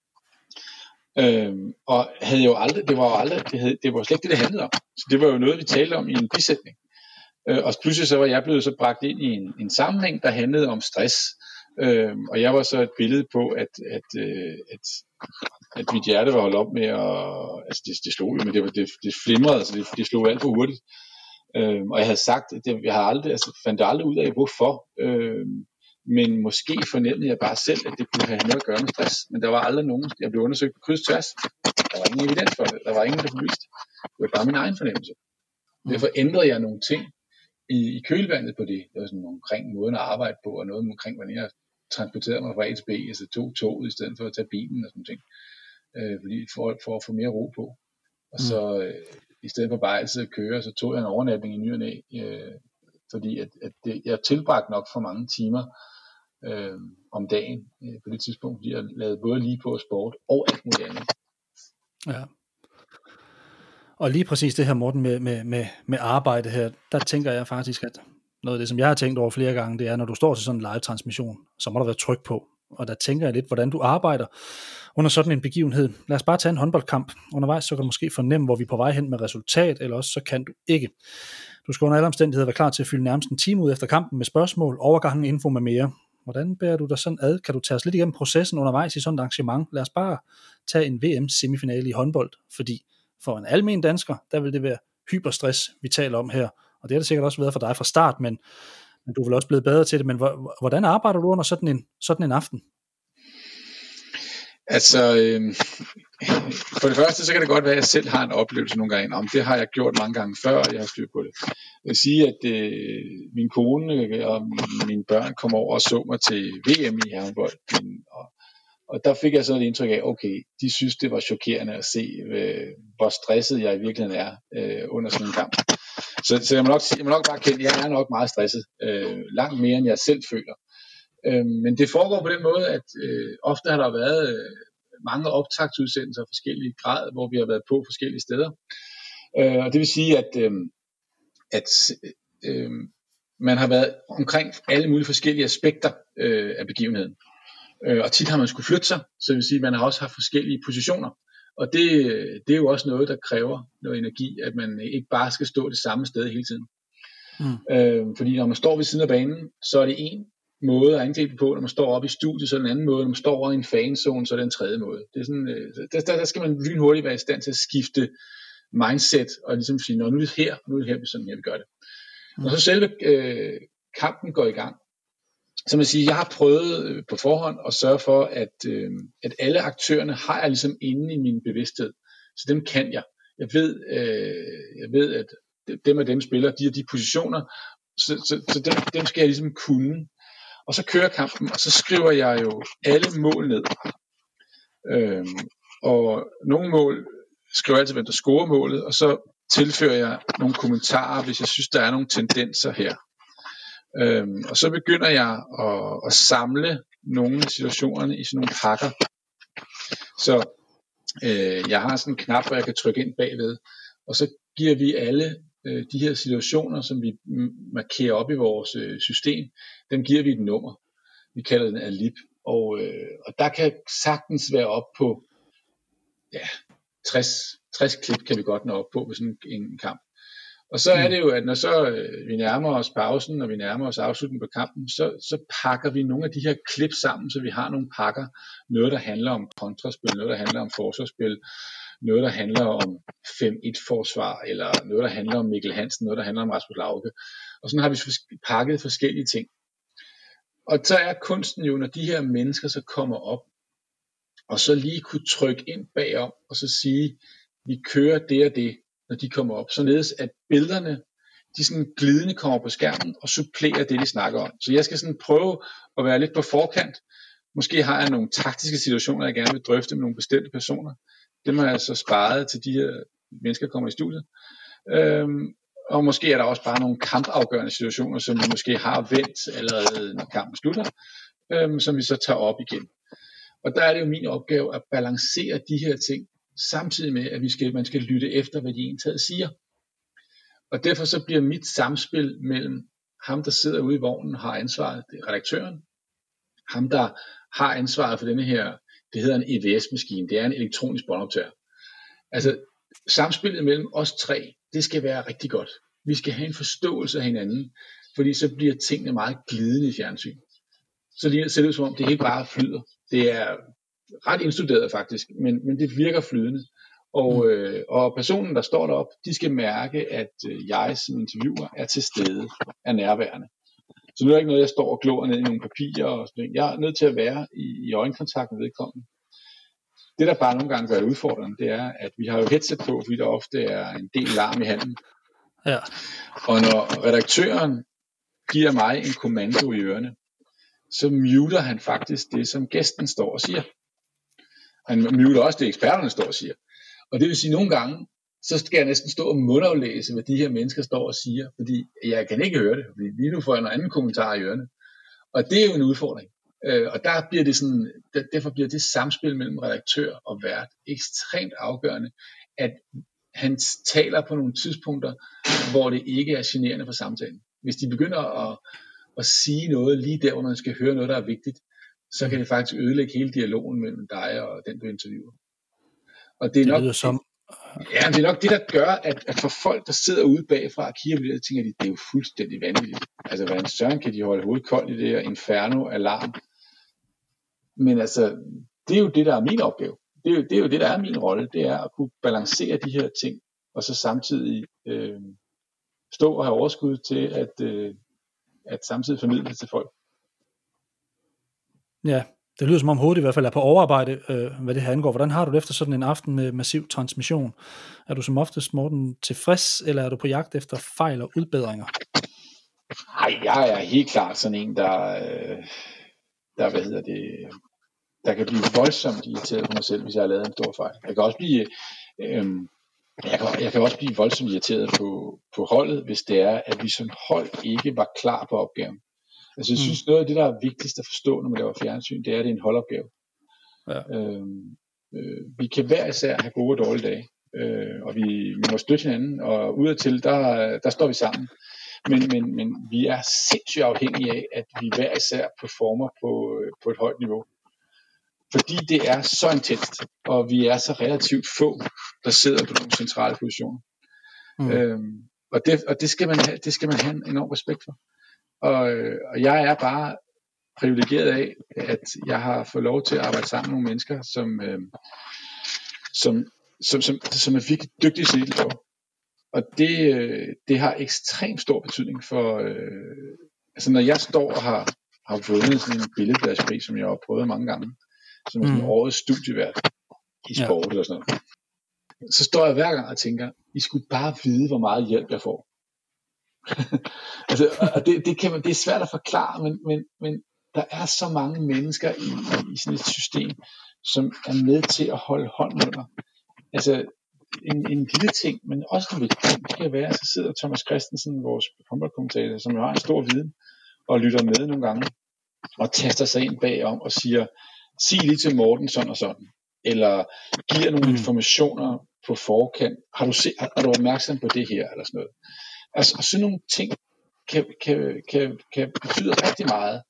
Øhm, og havde jo aldrig, det var jo aldrig, det, havde, det var slet ikke det, det handlede om. Så det var jo noget, vi talte om i en bisætning. Øh, og pludselig så var jeg blevet så bragt ind i en, en sammenhæng, der handlede om stress. Øhm, og jeg var så et billede på, at, at, øh, at, at mit hjerte var holdt op med at, altså det, det slog jo, men det, var, det, det flimrede, altså det, det slog alt for hurtigt. Øhm, og jeg havde sagt, at det, jeg havde aldrig, altså fandt aldrig ud af, hvorfor. Øhm, Men måske fornemmede jeg bare selv, at det kunne have noget at gøre med stress. Men der var aldrig nogen, jeg blev undersøgt på kryds tværs. Der var ingen evidens for det. Der var ingen, der kunne vise det. Det var bare min egen fornemmelse. Derfor ændrede jeg nogle ting i, i kølvandet på det. Det var sådan omkring måden at arbejde på, og noget omkring, hvordan jeg transporterede mig fra A til B, altså tog toget i stedet for at tage bilen og sådan ting. Øh, fordi for, for at få mere ro på. Og så øh, i stedet for bare altid at køre, så tog jeg en overnatning i ny og næ. Øh, fordi at, at det, jeg tilbragte nok for mange timer Øh, om dagen øh, på det tidspunkt, fordi jeg lavede både lige på sport og alt muligt andet. Ja. Og lige præcis det her, Morten, med, med, med, med arbejde her, der tænker jeg faktisk, at noget af det, som jeg har tænkt over flere gange, det er, når du står til sådan en live-transmission, så må der være tryk på. Og der tænker jeg lidt, hvordan du arbejder under sådan en begivenhed. Lad os bare tage en håndboldkamp. Undervejs så kan du måske fornemme, hvor vi er på vej hen med resultat, eller også så kan du ikke. Du skal under alle omstændigheder være klar til at fylde nærmest en time ud efter kampen med spørgsmål, overgangen, info med mere. Hvordan bærer du dig sådan ad? Kan du tage os lidt igennem processen undervejs i sådan et arrangement? Lad os bare tage en V M-semifinale i håndbold, fordi for en almen dansker, der vil det være hyperstress, vi taler om her. Og det har det sikkert også været for dig fra start, men, men du er vel også blevet bedre til det. Men hvordan arbejder du under sådan en, sådan en aften? Altså, øh, for det første, så kan det godt være, at jeg selv har en oplevelse nogle gange om, det har jeg gjort mange gange før, og jeg har styr på det. Jeg vil sige, at øh, min kone og mine børn kom over og så mig til V M i håndbold, og, og der fik jeg så et indtryk af, okay, de synes, det var chokerende at se, øh, hvor stresset jeg i virkeligheden er øh, under sådan en kamp. Så, så jeg, må nok, jeg må nok bare kende, jeg er nok meget stresset, øh, langt mere end jeg selv føler. Øh, men det foregår på den måde, at øh, ofte har der været øh, mange optagsudsendelser af forskellige grad, hvor vi har været på forskellige steder. Øh, og det vil sige, at, øh, at øh, man har været omkring alle mulige forskellige aspekter øh, af begivenheden. Øh, og tit har man skulle flytte sig, så det vil sige, at man har også haft forskellige positioner. Og det, det er jo også noget, der kræver noget energi, at man ikke bare skal stå det samme sted hele tiden. Mm. Øh, fordi når man står ved siden af banen, så er det en måde at angribe på. Når man står oppe i studiet, så er det en anden måde. Når man står over i en fanzone, så er det en tredje måde. Det er sådan, øh, der, der skal man lynhurtigt være i stand til at skifte mindset, og ligesom sige, nu er det her, nu er det her, vi sådan her, vi gør det. Mm. Når så selve øh, kampen går i gang, så man siger, jeg har prøvet øh, på forhånd at sørge for, at, øh, at alle aktørerne har jeg ligesom inde i min bevidsthed. Så dem kan jeg. Jeg ved, øh, jeg ved at dem og dem spiller, de og de positioner, så, så, så dem, dem skal jeg ligesom kunne. Og så kører kampen, og så skriver jeg jo alle mål ned. Øhm, og nogle mål skriver jeg altid, hvem der scorer målet, og så tilføjer jeg nogle kommentarer, hvis jeg synes, der er nogle tendenser her. Øhm, og så begynder jeg at, at samle nogle af situationerne i sådan nogle pakker. Så øh, jeg har sådan en knap, hvor jeg kan trykke ind bagved, og så giver vi alle øh, de her situationer, som vi markerer op i vores øh, system, dem giver vi et nummer. Vi kalder den Alip. Og, øh, og der kan sagtens være op på ja, tres, tres klip kan vi godt nå op på ved sådan en, en kamp. Og så er det jo, at når så øh, vi nærmer os pausen, og vi nærmer os afslutningen på kampen, så, så pakker vi nogle af de her klip sammen, så vi har nogle pakker. Noget, der handler om kontraspil, noget, der handler om forsvarsspil, noget, der handler om fem et forsvar, eller noget, der handler om Mikkel Hansen, noget, der handler om Rasmus Lauke. Og sådan har vi pakket forskellige ting. Og så er kunsten jo, når de her mennesker så kommer op, og så lige kunne trykke ind bagom, og så sige, vi kører det og det, når de kommer op, således at billederne, de sådan glidende kommer på skærmen, og supplerer det, de snakker om. Så jeg skal sådan prøve at være lidt på forkant. Måske har jeg nogle taktiske situationer, jeg gerne vil drøfte med nogle bestemte personer. Dem har jeg så sparet til de her mennesker, der kommer i studiet. Øhm, og måske er der også bare nogle kampafgørende situationer, som vi måske har vendt allerede, når kampen slutter, øhm, som vi så tager op igen. Og der er det jo min opgave at balancere de her ting, samtidig med, at vi skal, man skal lytte efter, hvad de entaget siger. Og derfor så bliver mit samspil mellem ham, der sidder ude i vognen, har ansvaret, det er redaktøren, ham, der har ansvaret for denne her, det hedder en E V S-maskine, det er en elektronisk båndoptager. Altså, samspillet mellem os tre, det skal være rigtig godt. Vi skal have en forståelse af hinanden, fordi så bliver tingene meget glidende i fjernsyn. Så lige ser det ud som om, det hele bare flyder. Det er ret indstuderet faktisk, men, men det virker flydende. Og, øh, og personen, der står deroppe, de skal mærke, at øh, jeg som interviewer er til stede, er nærværende. Så nu er det ikke noget, jeg står og glor ned i nogle papirer og sådan noget. Jeg er nødt til at være i, i øjenkontakt med vedkommende. Det, der bare nogle gange gør udfordrende, det er, at vi har jo headset på, fordi der ofte er en del larm i handen. Ja. Og når redaktøren giver mig en kommando i ørerne, så muter han faktisk det, som gæsten står og siger. Han muter også det, eksperterne står og siger. Og det vil sige, at nogle gange, så skal jeg næsten stå og mundaflæse, hvad de her mennesker står og siger, fordi jeg kan ikke høre det, fordi lige nu får jeg en anden kommentar i ørerne. Og det er jo en udfordring. Og der bliver det sådan, derfor bliver det samspil mellem redaktør og vært ekstremt afgørende, at han taler på nogle tidspunkter, hvor det ikke er generende for samtalen. Hvis de begynder at, at sige noget lige der, hvor man skal høre noget, der er vigtigt, så kan det faktisk ødelægge hele dialogen mellem dig og den, du interviewer. Og det er, det nok, som... ja, det er nok det, der gør, at, at for folk, der sidder ude bagfra og kigger på det, tænker de, det er jo fuldstændig vanvittigt. Altså, hvad en søren kan de holde hovedet koldt i det her inferno-alarm? Men altså, det er jo det, der er min opgave. Det er jo det, er jo det der er min rolle, det er at kunne balancere de her ting, og så samtidig øh, stå og have overskud til at, øh, at samtidig formidle det til folk. Ja, det lyder som om hovedet i hvert fald er på overarbejde, øh, hvad det her angår. Hvordan har du det efter sådan en aften med massiv transmission? Er du som oftest, Morten, tilfreds, eller er du på jagt efter fejl og udbedringer? Nej, jeg er helt klart sådan en, der, øh, der, hvad hedder det, der kan blive voldsomt irriteret på mig selv, hvis jeg har lavet en stor fejl. Jeg kan også blive, øh, jeg kan, jeg kan også blive voldsomt irriteret på, på holdet, hvis det er, at vi som hold ikke var klar på opgaven. Altså, jeg synes, mm. noget af det, der er vigtigst at forstå, når man laver fjernsyn, det er, at det er en holdopgave. Ja. Øhm, øh, vi kan hver især have gode og dårlige dage, øh, og vi, vi må støtte hinanden, og udadtil, der, der står vi sammen. Men, men, men vi er sindssygt afhængige af, at vi hver især performer på, på et højt niveau. Fordi det er så intenst, og vi er så relativt få, der sidder på nogle centrale positioner. Mm. Øhm, og det, og det, skal man have, det skal man have en enorm respekt for. Og, og jeg er bare privilegeret af, at jeg har fået lov til at arbejde sammen med nogle mennesker, som, øh, som, som, som, som er virkelig dygtige til det. Og det, øh, det har ekstremt stor betydning for, øh, altså når jeg står og har, har vundet sådan en billedbladspris, som jeg har prøvet mange gange, som er sådan mm. årets studievært i sport ja. Eller sådan noget, så står jeg hver gang og tænker, I skulle bare vide, hvor meget hjælp jeg får. altså, og det, det, kan man, det er svært at forklare, men, men, men der er så mange mennesker i, i sådan et system, som er med til at holde hånden under. Altså en, en lille ting, men også en vigtig ting, det kan være, at så sidder Thomas Christensen, vores håndboldkommentator, som jo har en stor viden, og lytter med nogle gange, og taster sig ind bagom og siger, sig lige til Morten sådan og sådan, eller giver nogle mm. informationer på forkant. Har du, se, er du opmærksom på det her, eller sådan noget. Altså, sådan nogle ting kan, kan, kan, kan betyde rigtig meget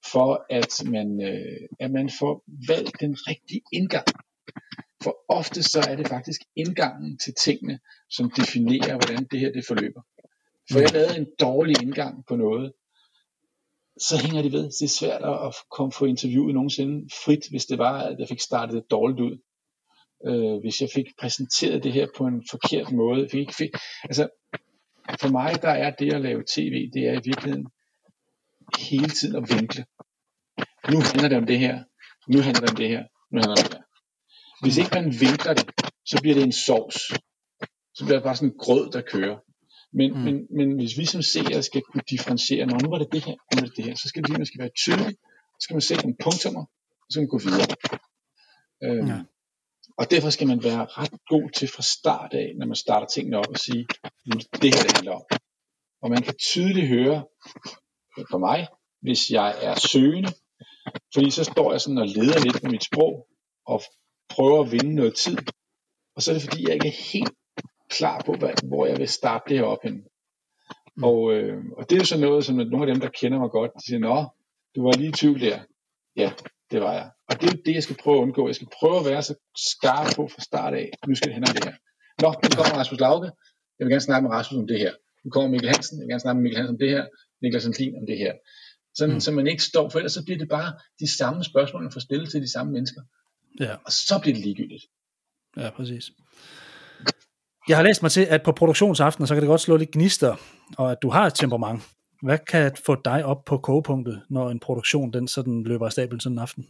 for at man, øh, at man får valgt den rigtige indgang. For ofte så er det faktisk indgangen til tingene, som definerer, hvordan det her det forløber. For jeg lavede en dårlig indgang på noget, så hænger de ved. Det er svært at komme få interviewet nogensinde frit, hvis det var, at jeg fik startet det dårligt ud. Øh, hvis jeg fik præsenteret det her på en forkert måde. Fik, fik, altså, for mig, der er det at lave tv, det er i virkeligheden hele tiden at vinkle. Nu handler det om det her, nu handler det om det her, nu handler det om det her. Hvis ikke man vinkler det, så bliver det en sovs. Så bliver det bare sådan en grød, der kører. Men, mm. men, men hvis vi som seere skal kunne differentiere, når nu var det det her, nu var det det her, så skal det, man skal være tydelig, så skal man sætte nogle punktummer, og så skal man gå videre. Øhm, ja. Og derfor skal man være ret god til fra start af, når man starter tingene op og sige, nu er det det her, det handler om. Og man kan tydeligt høre, for mig, hvis jeg er søgende, fordi så står jeg sådan og leder lidt med mit sprog, og prøver at vinde noget tid, og så er det fordi, jeg ikke er helt klar på, hvor jeg vil starte det her op hen. Mm. Og, øh, og det er jo så noget, som nogle af dem, der kender mig godt, de siger, nå, du var lige i tvivl der. Ja, det var jeg. Og det er jo det, jeg skal prøve at undgå. Jeg skal prøve at være så skarp på fra start af. Nu skal det handle om det her. Nå, nu kommer Rasmus Lauke. Jeg vil gerne snakke med Rasmus om det her. Nu kommer Mikkel Hansen. Jeg vil gerne snakke med Mikkel Hansen om det her. Niklas Sandlin om det her. Sådan, mm. så man ikke står, for ellers så bliver det bare de samme spørgsmål, man får stillet til de samme mennesker. Ja. Og så bliver det ligegyldigt. Ja, præcis. Jeg har læst mig til, at på produktionsaften, så kan det godt slå lidt gnister, og at du har et temperament. Hvad kan få dig op på kogepunktet, når en produktion den sådan løber af stablen sådan en aften?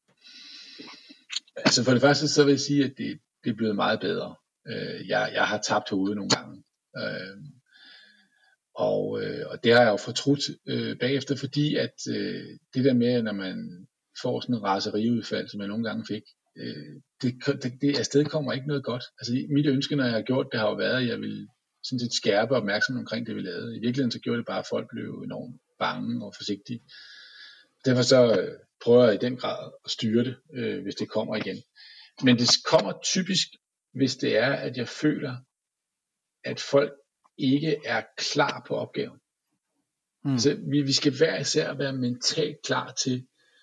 Altså for det første, så vil jeg sige, at det, det er blevet meget bedre. Jeg, jeg har tabt hovedet nogle gange. Og, og det har jeg jo fortrudt bagefter, fordi at det der med, når man får sådan en raseriudfald, som jeg nogle gange fik, det, det, det afsted kommer ikke noget godt. Altså mit ønske, når jeg har gjort det, har jo været, at jeg vil sådan set skærpe opmærksomhed omkring det, vi lavede. I virkeligheden så gjorde det bare, at folk blev enormt bange og forsigtige. Derfor så prøver jeg i den grad at styre det, øh, hvis det kommer igen. Men det kommer typisk, hvis det er, at jeg føler, at folk ikke er klar på opgaven. Mm. Altså, vi, vi skal hver især være mentalt klar til,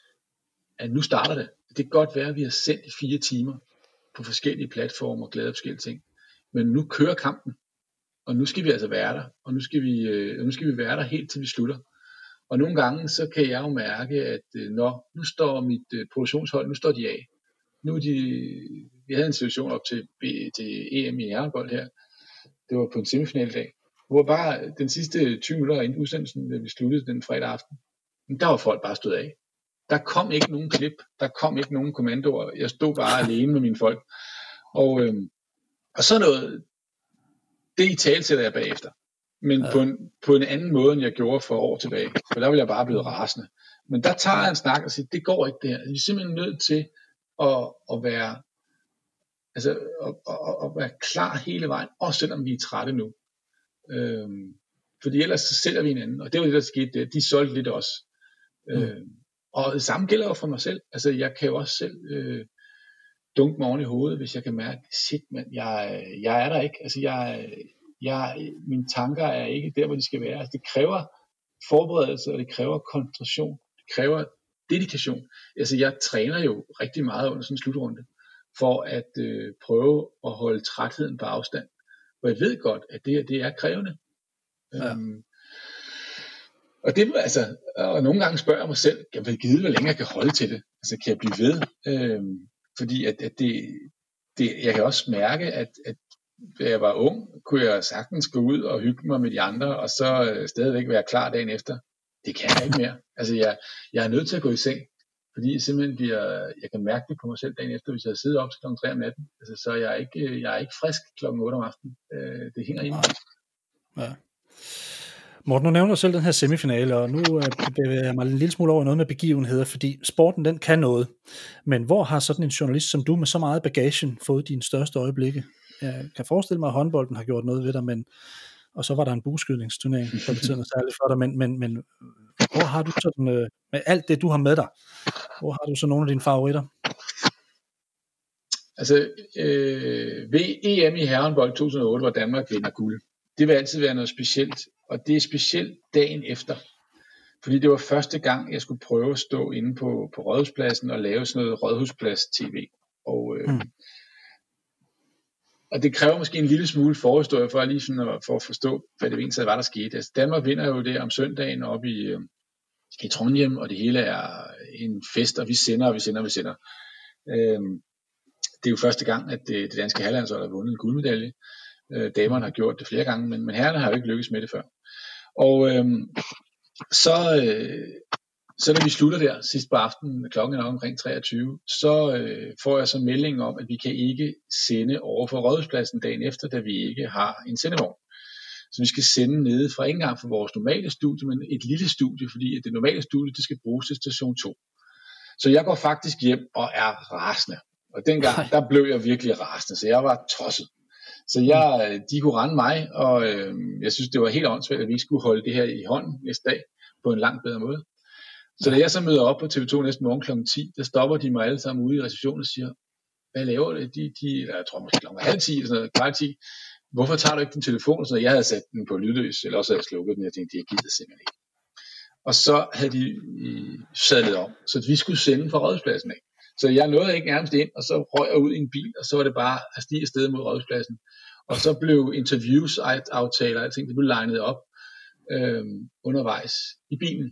at nu starter det. Det kan godt være, at vi har sendt i fire timer på forskellige platformer og glæder forskellige ting. Men nu kører kampen, og nu skal vi altså være der, og nu skal vi, øh, nu skal vi være der helt til vi slutter. Og nogle gange, så kan jeg jo mærke, at øh, når nu står mit øh, produktionshold, nu står de af. Nu er de, vi havde en situation op til, til E M i herrebold her, det var på en semifinaldag, hvor bare den sidste tyve minutter inden udsendelsen, da vi sluttede den fredag aften, der var folk bare stået af. Der kom ikke nogen klip, der kom ikke nogen kommandoer, jeg stod bare alene med mine folk. Og, øh, og så noget, det i tale sætter jeg bagefter. Men ja. på, en, på en anden måde, end jeg gjorde for år tilbage. For der ville jeg bare blive rasende. Men der tager jeg en snak og siger, det går ikke det her. Vi er simpelthen nødt til at, at være altså at, at, at være klar hele vejen, også selvom vi er trætte nu. Øhm, fordi ellers så sælger vi hinanden. Og det var det, der skete. De solgte lidt også. Mm. Øhm, og det samme gælder jo for mig selv. Altså jeg kan jo også selv øh, dunke mig oven i hovedet, hvis jeg kan mærke, shit mand, jeg, jeg er der ikke. Altså jeg Jeg, mine tanker er ikke der, hvor de skal være. Altså, det kræver forberedelse, og det kræver koncentration. Det kræver dedikation. Altså, jeg træner jo rigtig meget under sådan en slutrunde, for at øh, prøve at holde trætheden på afstand. Og jeg ved godt, at det her, det er krævende. Ja. Øhm, og det altså, og nogle gange spørger jeg mig selv, jeg vil vide, hvor længe jeg kan holde til det. Altså, kan jeg blive ved? Øhm, fordi at, at det, det, jeg kan også mærke, at, at da jeg var ung, kunne jeg sagtens gå ud og hygge mig med de andre, og så øh, stadigvæk være klar dagen efter. Det kan jeg ikke mere. Altså, jeg, jeg er nødt til at gå i seng, fordi jeg simpelthen bliver, jeg kan mærke det på mig selv dagen efter, hvis jeg sidder op til klokken tre om natten. Altså, så jeg er ikke, jeg er ikke frisk klokken otte om aftenen. Øh, det hænger i mig. Ja. Morten, nu nævner du selv den her semifinale, og nu øh, bevæger jeg mig en lille smule over noget med begivenheder, fordi sporten, den kan noget. Men hvor har sådan en journalist som du med så meget bagagen fået dine største øjeblikke? Jeg kan forestille mig, at håndbolden har gjort noget ved dig, men, og så var der en bueskydningsturnering, der betød noget særligt for dig, men, men, men hvor har du sådan, øh, med alt det, du har med dig, hvor har du så nogle af dine favoritter? Altså, øh, ved E M i herrehåndbold to tusind og otte, hvor Danmark vinder guld, det vil altid være noget specielt, og det er specielt dagen efter. Fordi det var første gang, jeg skulle prøve at stå inde på, på Rådhuspladsen og lave sådan noget Rådhusplads-tv. Og, øh, mm. og det kræver måske en lille smule forhistorie for, lige sådan at, for at forstå, hvad det egentlig var, der skete. Altså, Danmark vinder jo det om søndagen op i, øh, i Trondheim, og det hele er en fest, og vi sender, og vi sender, og vi sender. Øh, det er jo første gang, at det, det danske herrelandshold har vundet en guldmedalje. Øh, damerne har gjort det flere gange, men, men herrerne har jo ikke lykkes med det før. Og øh, så... Øh, Så da vi slutter der sidst på aftenen, klokken er omkring treogtyve, så øh, får jeg så melding om, at vi kan ikke sende over for Rådhuspladsen dagen efter, da vi ikke har en sendevogn. Så vi skal sende nede fra ikke engang for vores normale studie, men et lille studie, fordi det normale studie, det skal bruges til station to. Så jeg går faktisk hjem og er rasende. Og dengang, der blev jeg virkelig rasende, så jeg var tosset. Så jeg, de kunne rende mig, og øh, jeg synes, det var helt åndssvagt, at vi skulle holde det her i hånden næste dag på en langt bedre måde. Så da jeg så møder op på T V to næste morgen klokken ti, der stopper de mig alle sammen ude i receptionen og siger, hvad laver det? De, de, jeg tror måske klokken halv ti, eller sådan noget, kvart ti. Hvorfor tager du ikke din telefon? Så jeg havde sat den på lydløs, eller også havde jeg slukket den, og jeg tænkte, jeg gider simpelthen ikke. Og så havde de sadlet om, så vi skulle sende fra Rådhuspladsen af. Så jeg nåede ikke nærmest ind, og så røg jeg ud i en bil, og så var det bare at stige afsted mod Rådhuspladsen. Og så blev interviews, aftaler, jeg tænkte, det blev legnet op øh, undervejs i bilen.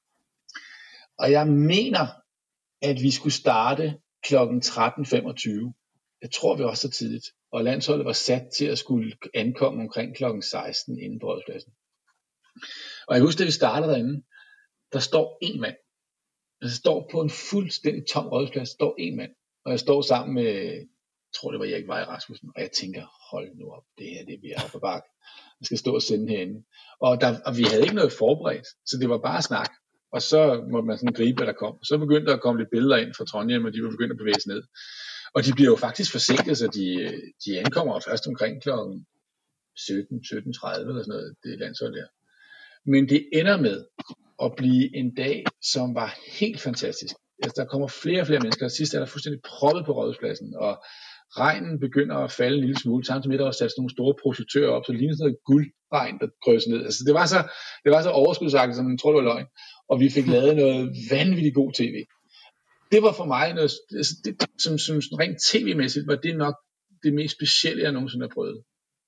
Og jeg mener, at vi skulle starte klokken tretten femogtyve. Jeg tror, vi var så tidligt. Og landsholdet var sat til at skulle ankomme omkring klokken seksten inde på Rådhuspladsen. Og jeg husker, at vi startede derinde, der står en mand. Der står på en fuldstændig tom Rådhusplads, står en mand. Og jeg står sammen med, jeg tror det var Erik Vej Rasmussen, og jeg tænker, hold nu op, det her det bliver op ad bakke. Jeg skal stå og sende herinde. Og, der, og vi havde ikke noget forberedt, så det var bare snak. Og så måtte man sådan gribe, hvad der kom. Så begyndte der at komme lidt billeder ind fra Trondheim, og de var begyndt at bevæge sig ned. Og de bliver jo faktisk forsinket, så de, de ankommer først omkring klokken sytten, sytten tredive eller sådan noget, det landshold der. Men det ender med at blive en dag, som var helt fantastisk. Altså, der kommer flere og flere mennesker. Sidst er der fuldstændig proppet på Rådhuspladsen, og regnen begynder at falde en lille smule. Samtidig med, der var sat sådan nogle store projektører op, så det lignede sådan noget guldregn, der grøs ned. Altså, det var så, det var så overskudsagtigt, som man tror, det var løgn. Og vi fik lavet noget vanvittigt god tv. Det var for mig noget, altså det, som, som, som rent tv-mæssigt, var det nok det mest specielle, jeg nogensinde har prøvet.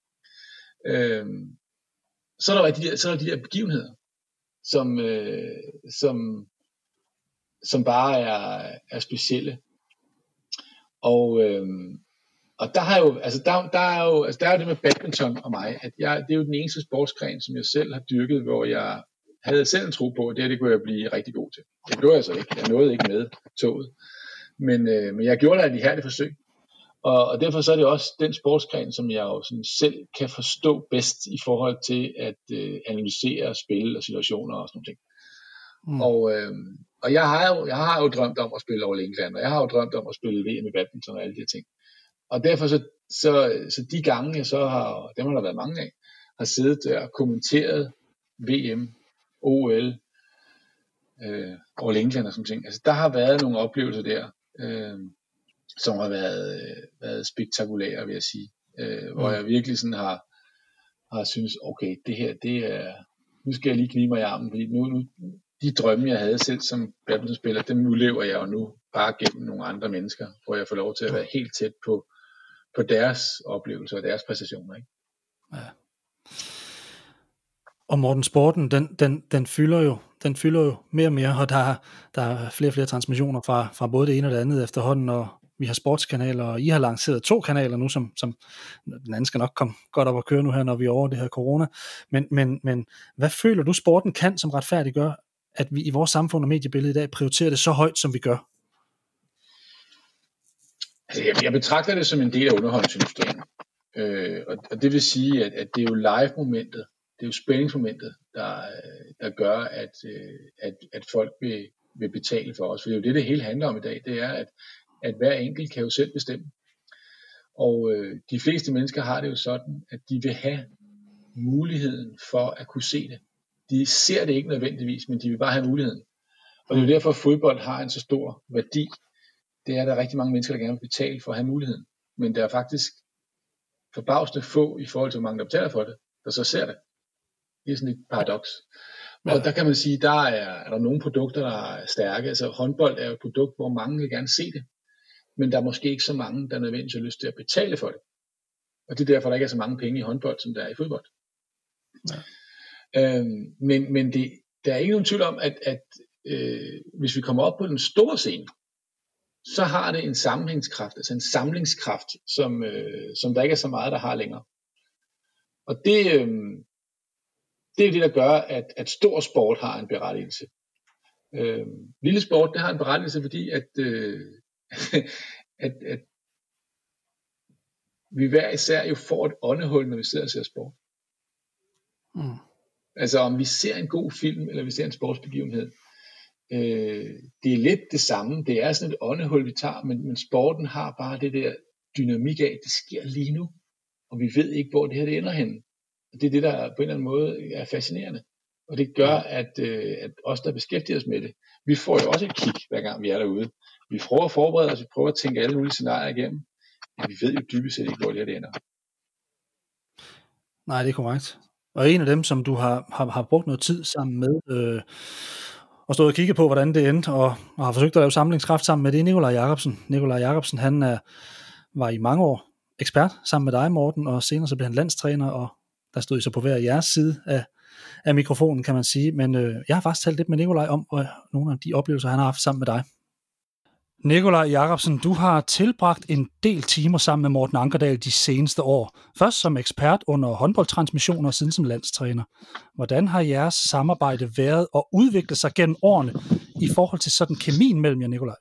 Øhm, så er der de der, så er der de der begivenheder, som, øh, som, som bare er, er specielle. Og, øh, og der har jo, altså der, der er jo, altså der er jo det med badminton og mig, at jeg, det er jo den eneste sportsgren, som jeg selv har dyrket, hvor jeg havde selv en tro på, at det her, det kunne jeg blive rigtig god til. Det gjorde jeg så ikke. Jeg nåede ikke med toget. Men, øh, men jeg gjorde da et ihærdigt forsøg. Og, og derfor så er det også den sportsgren, som jeg jo sådan selv kan forstå bedst i forhold til at øh, analysere spil og situationer og sådan noget. Mm. Og, øh, og jeg, har jo, jeg har jo drømt om at spille over England, og jeg har jo drømt om at spille V M i badminton og alle de her ting. Og derfor så, så, så de gange jeg så har, dem har der været mange af, har siddet der og kommenteret V M, O L, øh, All England og sådan ting. Altså der har været nogle oplevelser der, øh, som har været, øh, været spektakulære, vil jeg sige. Øh, hvor jeg virkelig sådan har, har synes, okay, det her, det er, nu skal jeg lige knibe mig i armen, fordi nu, nu de drømme, jeg havde selv som badmintonspiller, dem udlever jeg jo nu bare gennem nogle andre mennesker, hvor jeg får lov til at være helt tæt på, på deres oplevelser og deres præstationer. Ikke? Ja. Og Morten, sporten, den, den, den, fylder jo, den fylder jo mere og mere, og der er, der er flere og flere transmissioner fra, fra både det ene og det andet efterhånden, og vi har sportskanaler, og I har lanceret to kanaler nu, som, som den anden skal nok komme godt op og køre nu her, når vi er over det her corona. Men, men, men hvad føler du, sporten kan, som retfærdiggør, at vi i vores samfund og mediebillede i dag prioriterer det så højt, som vi gør? Altså, jeg, jeg betragter det som en del af underholdningsindustrien. Øh, og, og det vil sige, at, at det er jo live-momentet, det er jo spændingsmomentet, der, der gør, at, at, at folk vil, vil betale for os. For det er jo det, det hele handler om i dag. Det er, at, at hver enkelt kan jo selv bestemme. Og øh, de fleste mennesker har det jo sådan, at de vil have muligheden for at kunne se det. De ser det ikke nødvendigvis, men de vil bare have muligheden. Og det er jo derfor, at fodbold har en så stor værdi. Det er, at der er rigtig mange mennesker, der gerne vil betale for at have muligheden. Men der er faktisk forbavsende få i forhold til, hvor mange der betaler for det, der så ser det. Det er sådan et paradoks. Ja. Og der kan man sige, der er, er der nogle produkter, der er stærke. Altså håndbold er jo et produkt, hvor mange vil gerne se det, men der er måske ikke så mange, der nødvendigvis har lyst til at betale for det. Og det er derfor, der ikke er så mange penge i håndbold, som der er i fodbold. Ja. Øhm, men men det, der er ikke nogen tvivl om, at, at øh, hvis vi kommer op på den store scene, så har det en sammenhængskraft, altså en samlingskraft, som, øh, som der ikke er så meget, der har længere. Og det, øh, det er det, der gør, at, at stor sport har en berettigelse. Øh, lille sport, det har en berettigelse, fordi at, øh, at, at vi hver især jo får et åndehul, når vi sidder og ser sport. Mm. Altså om vi ser en god film, eller vi ser en sportsbegivenhed, øh, det er lidt det samme. Det er sådan et åndehul, vi tager, men, men sporten har bare det der dynamik af, det sker lige nu, og vi ved ikke, hvor det her det ender henne. Og det er det, der på en eller anden måde er fascinerende. Og det gør, at, øh, at os, der beskæftiger os med det, vi får jo også et kig, hver gang vi er derude. Vi prøver at forberede os, vi prøver at tænke alle mulige scenarier igennem, men vi ved jo dybest set ikke, hvor det her det ender. Nej, det er korrekt. Og en af dem, som du har, har, har brugt noget tid sammen med, øh, og stået og kigget på, hvordan det endte, og, og har forsøgt at lave samlingskraft sammen med, det er Nikolaj Jakobsen. Nikolaj Jakobsen, han er, var i mange år ekspert sammen med dig, Morten, og senere så blev han landstræner, og der stod I så på hver jeres side af, af mikrofonen, kan man sige. Men øh, jeg har faktisk talt lidt med Nikolaj om og nogle af de oplevelser, han har haft sammen med dig. Nikolaj Jakobsen, du har tilbragt en del timer sammen med Morten Ankerdal de seneste år. Først som ekspert under håndboldtransmissioner og siden som landstræner. Hvordan har jeres samarbejde været og udviklet sig gennem årene i forhold til sådan kemien mellem jer, Nikolaj?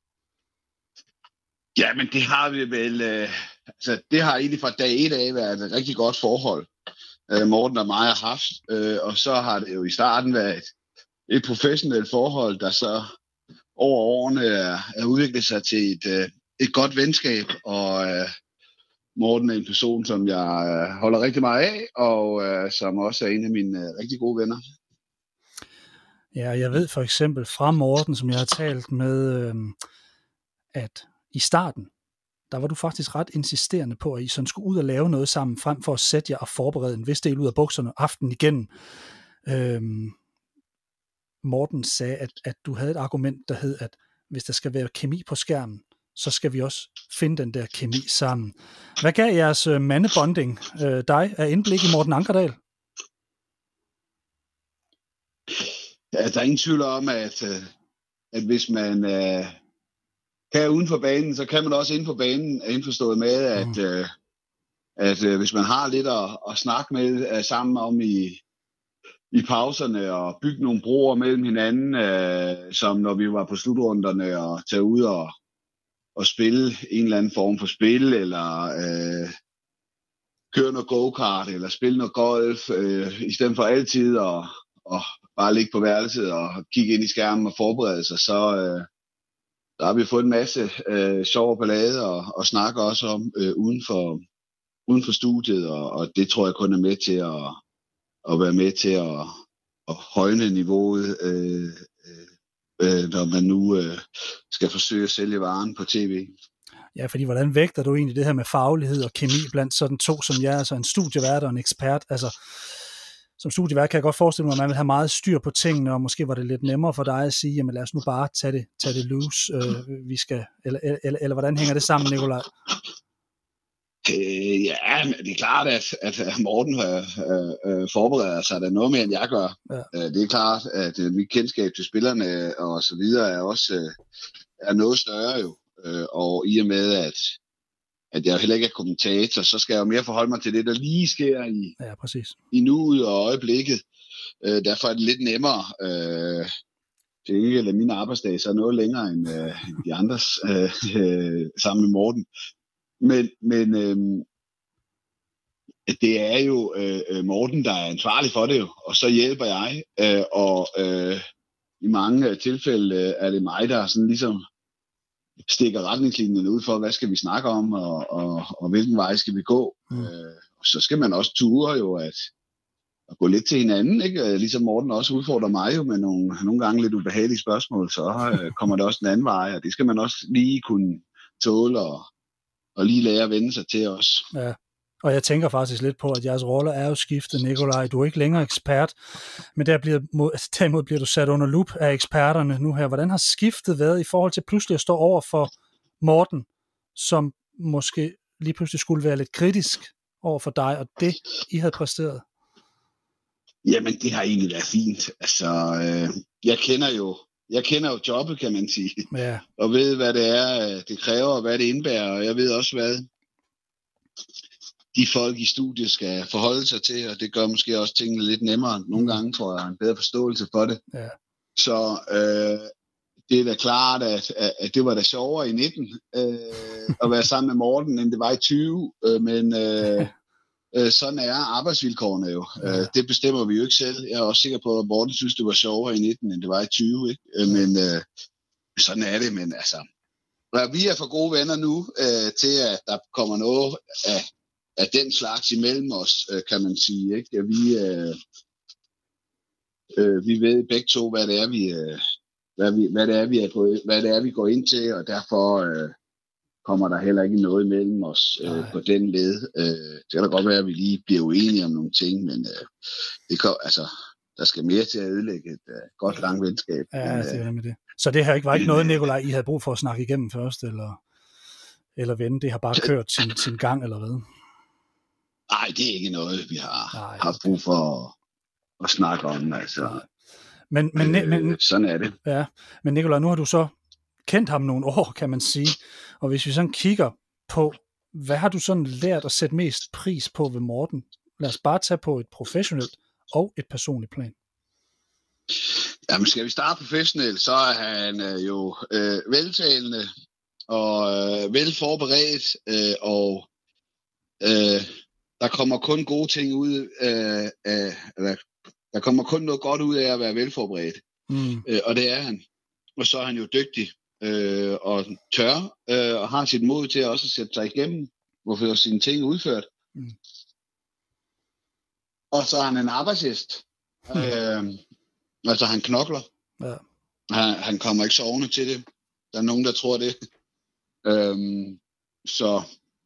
Ja, men det har vi vel... Øh, altså, det har egentlig fra dag et af været et rigtig godt forhold, øh, Morten og mig har haft. Øh, og så har det jo i starten været et, et professionelt forhold, der så over årene er, er udviklet sig til et, øh, et godt venskab, og øh, Morten er en person, som jeg øh, holder rigtig meget af, og øh, som også er en af mine øh, rigtig gode venner. Ja, jeg ved for eksempel fra Morten, som jeg har talt med, øh, at i starten, der var du faktisk ret insisterende på, at I sådan skulle ud og lave noget sammen, frem for at sætte jer og forberede en vis del ud af bukserne aftenen igennem. Øh, Morten sagde, at, at du havde et argument, der hed, at hvis der skal være kemi på skærmen, så skal vi også finde den der kemi sammen. Hvad gav jeres uh, mandebonding uh, dig af indblik i Morten Ankerdal? Ja, der er ingen tvivl om, at, at hvis man uh, kan uden for banen, så kan man også inden for banen, indforstået med, at, mm. uh, at uh, hvis man har lidt at, at snakke med uh, sammen om i i pauserne og bygge nogle broer mellem hinanden, øh, som når vi var på slutrunderne og tage ud og, og spille en eller anden form for spil, eller øh, køre noget go-kart, eller spille noget golf, øh, i stedet for altid at og bare ligge på værelset og kigge ind i skærmen og forberede sig, så øh, der har vi fået en masse øh, sjov ballade og, og snakke også om øh, uden, for, uden for studiet, og, og det tror jeg kun er med til at at være med til at, at højne niveauet, øh, øh, når man nu øh, skal forsøge at sælge varen på tv. Ja, fordi hvordan vægter du egentlig det her med faglighed og kemi blandt sådan to som jer, altså en studievært og en ekspert? Altså, som studievært kan jeg godt forestille mig, at man vil have meget styr på tingene, og måske var det lidt nemmere for dig at sige, jamen lad os nu bare tage det, tage det loose, øh, vi skal, eller, eller, eller hvordan hænger det sammen, Nikolaj? Øh, ja, men det er klart, at, at Morten øh, øh, forbereder sig der noget mere, end jeg gør. Ja. Øh, det er klart, at øh, mit kendskab til spillerne og så videre er også øh, er noget større jo. Øh, og i og med, at, at jeg heller ikke er kommentator, så skal jeg jo mere forholde mig til det, der lige sker i, ja, præcis. i nuet og øjeblikket. Øh, derfor er det lidt nemmere. Øh, til gengæld er mine arbejdsdage så noget længere end øh, de andres øh, øh, sammen med Morten. Men, men øh, det er jo øh, Morten, der er ansvarlig for det jo, og så hjælper jeg. Øh, og øh, i mange tilfælde øh, er det mig, der sådan ligesom stikker retningslinjen ud for, hvad skal vi snakke om, og, og, og hvilken vej skal vi gå. Mm. Øh, og så skal man også ture jo at, at gå lidt til hinanden, ikke? Ligesom Morten også udfordrer mig jo med nogle, nogle gange lidt ubehagelige spørgsmål, så øh, kommer det også den anden vej, og det skal man også lige kunne tåle og og lige lære at vende sig til os. Ja, Og jeg tænker faktisk lidt på, at jeres rolle er jo skiftet, Nikolaj. Du er ikke længere ekspert, men der bliver, derimod bliver du sat under lup af eksperterne nu her. Hvordan har skiftet været i forhold til pludselig at stå over for Morten, som måske lige pludselig skulle være lidt kritisk over for dig, og det, I havde præsteret? Jamen, det har egentlig været fint. Altså, øh, jeg kender jo jeg kender jo jobbet, kan man sige. Ja. Og ved, hvad det er, det kræver, og hvad det indebærer. Og jeg ved også, hvad de folk i studiet skal forholde sig til, og det gør måske også tingene lidt nemmere. Nogle gange tror jeg, en bedre forståelse for det. Ja. Så øh, det er da klart, at, at det var da sjovere i nitten øh, at være sammen med Morten, end det var i tyve. Øh, men øh, øh, sådan er arbejdsvilkårene jo. Ja. Øh, det bestemmer vi jo ikke selv. Jeg er også sikker på, at Morten synes, det var sjovere i nitten, end det var i tyve. Ikke? Øh, men øh, sådan er det. Men altså, vi er for gode venner nu øh, til, at der kommer noget af af den slags imellem os, øh, kan man sige. Ikke? Vi, øh, øh, vi ved begge to, hvad det er, vi, øh, hvad vi, hvad det er, vi er på, hvad det er, vi går ind til, og derfor øh, kommer der heller ikke noget imellem os øh, på den led. Øh, det kan da godt være, at vi lige bliver uenige om nogle ting, men øh, det kan, altså, der skal mere til at ødelægge et øh, godt langt venskab. Ja, men, det er med det. Så det her ikke var ikke noget, Nikolaj, I havde brug for at snakke igennem først, eller, eller vende? Det har bare kørt sin, sin gang, eller hvad? Nej, det er ikke noget, vi har Nej, haft brug for at, at snakke om. Altså. Men, men, øh, men, sådan er det. Ja, men Nikolaj, nu har du så kendt ham nogle år, kan man sige. Og hvis vi sådan kigger på, hvad har du sådan lært at sætte mest pris på ved Morten? Lad os bare tage på et professionelt og et personligt plan. Jamen, skal vi starte professionelt, så er han øh, jo øh, veltalende og øh, velforberedt, øh, og øh, der kommer kun gode ting ud øh, af, eller, der kommer kun noget godt ud af at være velforberedt, mm. øh, og det er han. Og så er han jo dygtig øh, og tør, øh, og har sit mod til også at sætte sig igennem, og få sine ting udført. Mm. Og så er han en arbejdshest. Mm. Øh, altså han knokler. Ja. Han, han kommer ikke sovende til det. Der er nogen, der tror det. Øh, så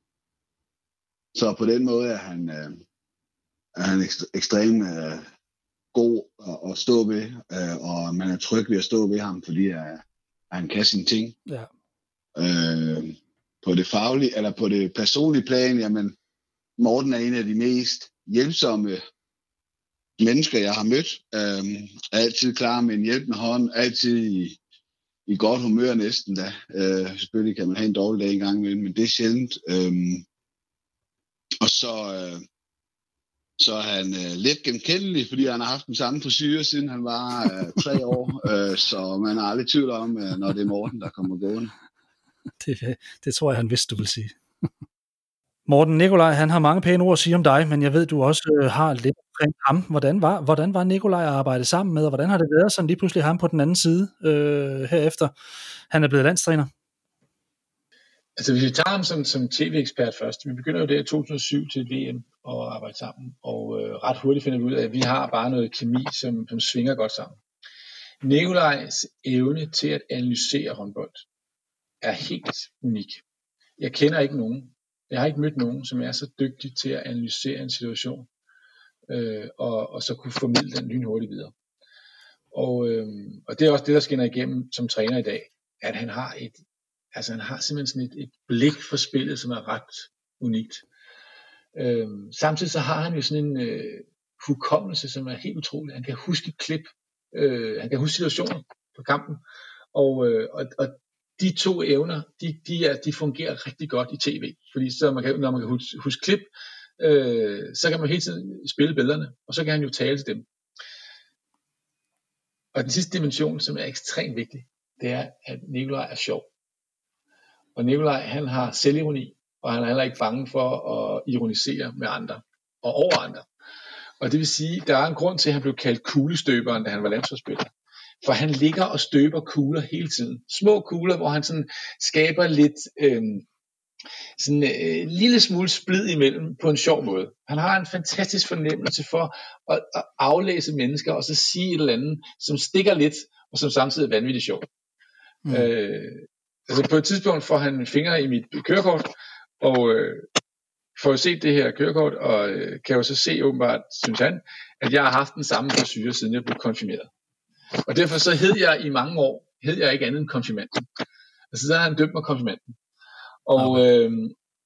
Så på den måde er han, øh, er han ekstre, ekstremt øh, god at, at stå ved, øh, og man er tryg ved at stå ved ham, fordi øh, han kan sine ting. Ja. Øh, på det faglige, eller på det personlige plan, jamen Morten er en af de mest hjælpsomme mennesker, jeg har mødt. Øh, er altid klar med en hjælpende hånd, altid i, i godt humør næsten da. Øh, selvfølgelig kan man have en dårlig dag en gang imellem, men det er sjældent. Øh, Og så, øh, så er han øh, lidt genkendelig, fordi han har haft den samme frisyre, siden han var øh, tre år. Øh, så man har aldrig tvivl om, øh, når det er Morten, der kommer gående. Det, det tror jeg, han vidste, du vil sige. Morten, Nikolaj, han har mange pæne ord at sige om dig, men jeg ved, du også øh, har lidt omkring ham. Hvordan var, hvordan var Nikolaj at arbejde sammen med, og hvordan har det været sådan lige pludselig ham på den anden side øh, herefter? Han er blevet landstræner. Altså hvis vi tager ham som, som tv-ekspert først, vi begynder jo der i to tusind og syv til V M og arbejde sammen, og øh, ret hurtigt finder vi ud af, at vi har bare noget kemi, som, som svinger godt sammen. Nikolajs evne til at analysere håndbold er helt unik. Jeg kender ikke nogen, jeg har ikke mødt nogen, som er så dygtig til at analysere en situation, øh, og, og så kunne formidle den lynhurtigt videre. Og, øh, og det er også det, der skinner igennem som træner i dag, at han har et Altså han har simpelthen sådan et, et blik for spillet, som er ret unikt. Øhm, samtidig så har han jo sådan en øh, hukommelse, som er helt utrolig. Han kan huske klip, øh, han kan huske situationer på kampen, og, øh, og, og de to evner, de, de, er, de fungerer rigtig godt i tv, fordi så man kan, når man kan huske, huske klip, øh, så kan man hele tiden spille billederne, og så kan han jo tale til dem. Og den sidste dimension, som er ekstremt vigtig, det er, at Nikolaj er sjov. Og Nikolaj, han har selvironi, og han er heller ikke bange for at ironisere med andre og over andre. Og det vil sige, der er en grund til, at han blev kaldt kuglestøberen, da han var landsholdsspiller. For han ligger og støber kugler hele tiden. Små kugler, hvor han sådan skaber lidt øh, sådan en øh, lille smule splid imellem på en sjov måde. Han har en fantastisk fornemmelse for at, at aflæse mennesker og så sige et eller andet, som stikker lidt, og som samtidig er vanvittigt sjovt. Mm. Øh, Altså på et tidspunkt får han fingre i mit kørekort, og øh, får jo set det her kørekort, og øh, kan jo så se åbenbart, synes han, at jeg har haft den samme frisyre, siden jeg blev konfirmeret. Og derfor så hed jeg i mange år, hed jeg ikke andet end konfirmanden. Altså så har han dømt mig konfirmanden. Og, okay. øh,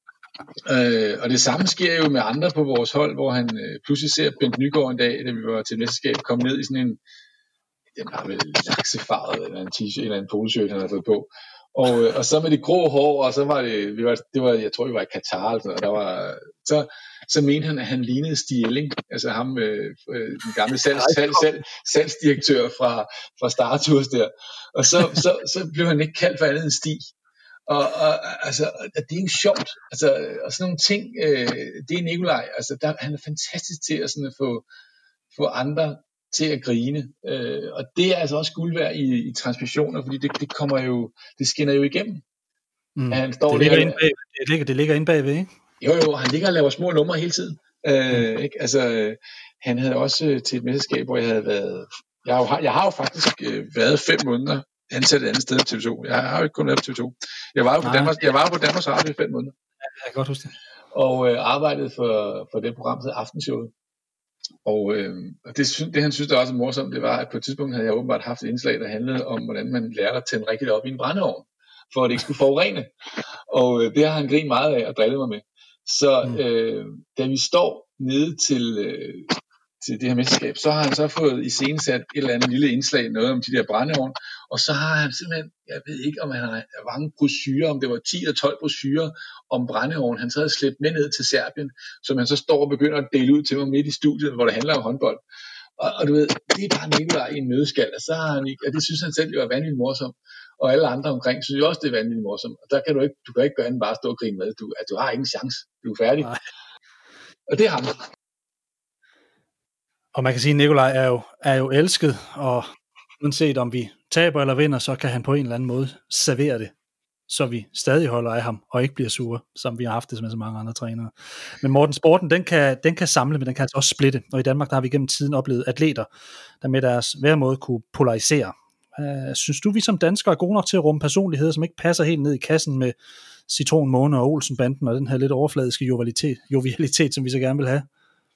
øh, og det samme sker jo med andre på vores hold, hvor han øh, pludselig ser Bent Nygaard en dag, da vi var til mesterskab, komme ned i sådan en, den var vel laksefarvet, eller en t-shirt, eller en poloshirt, han havde fået på. Og, øh, og så med det grå hår, og så var det, vi var, det var, jeg tror, vi var i Katar, og der var, så, så mente han, at han lignede Stig Elling, altså ham, øh, den gamle salgs, salgs, salgs, salgsdirektør fra, fra Star Tours der. Og så, så, så blev han ikke kaldt for andet end Stig. Og, og altså, det er jo sjovt, altså, og sådan nogle ting, øh, det er Nikolaj, altså, der, han er fantastisk til at, sådan at få, få andre til at grine, øh, og det er altså også guld værd i, i transmissioner, fordi det, det kommer jo, det skinner jo igennem. Mm. Han står det, ligger der, inde bag, det, ligger, det ligger inde bagved, ikke? Jo jo, han ligger og laver små numre hele tiden. Øh, mm. ikke? Altså, han havde også til et mesterskab, hvor jeg havde været, jeg har jo, jeg har jo faktisk øh, været fem måneder ansat et andet sted på T V to. Jeg har jo ikke kun været på T V to. Jeg var jo på Nej, Danmarks, jeg var jo på Danmarks Radio i fem måneder. Ja, jeg kan godt huske det. Og øh, arbejdede for, for det program, der hedder Aftenshowet. Og, øh, og det, det han synes der også er morsomt, det var, at på et tidspunkt havde jeg åbenbart haft et indslag, der handlede om, hvordan man lærte at tænde rigtigt op i en brændeovn, for at det ikke skulle forurene. Og øh, det har han grinet meget af og drillet mig med. Så øh, da vi står nede til, øh, til det her mesterskab, så har han så fået iscenesat et eller andet lille indslag, noget om de der brændeovn, og så har han simpelthen, jeg ved ikke om han har mange brochurer, om det var ti eller tolv brochurer om brændeovn, han så havde slæbt med ned til Serbien, som han så står og begynder at dele ud til mig midt i studiet, hvor det handler om håndbold. Og, og du ved, det er bare Nikolaj i en nødskal, og så har han ikke, og det synes han selv jo er vanvittigt morsomt, og alle andre omkring synes jo også, det er vanvittigt morsomt, og der kan du ikke, du kan ikke gøre andet bare stå og grine med, du, at du har ingen chance, du er færdig. Nej. Og det er ham. Og man kan sige, at Nikolaj er jo, er jo elsket, og uanset om vi taber eller vinder, så kan han på en eller anden måde servere det, så vi stadig holder af ham, og ikke bliver sure, som vi har haft det med så mange andre trænere. Men Morten, sporten, den kan, den kan samle, men den kan altså også splitte, og i Danmark, der har vi gennem tiden oplevet atleter, der med deres hver måde kunne polarisere. Uh, synes du, vi som danskere er gode nok til at rumme personligheder, som ikke passer helt ned i kassen med Citron, Måne og Olsenbanden, og den her lidt overfladiske jovialitet, jovialitet, som vi så gerne vil have?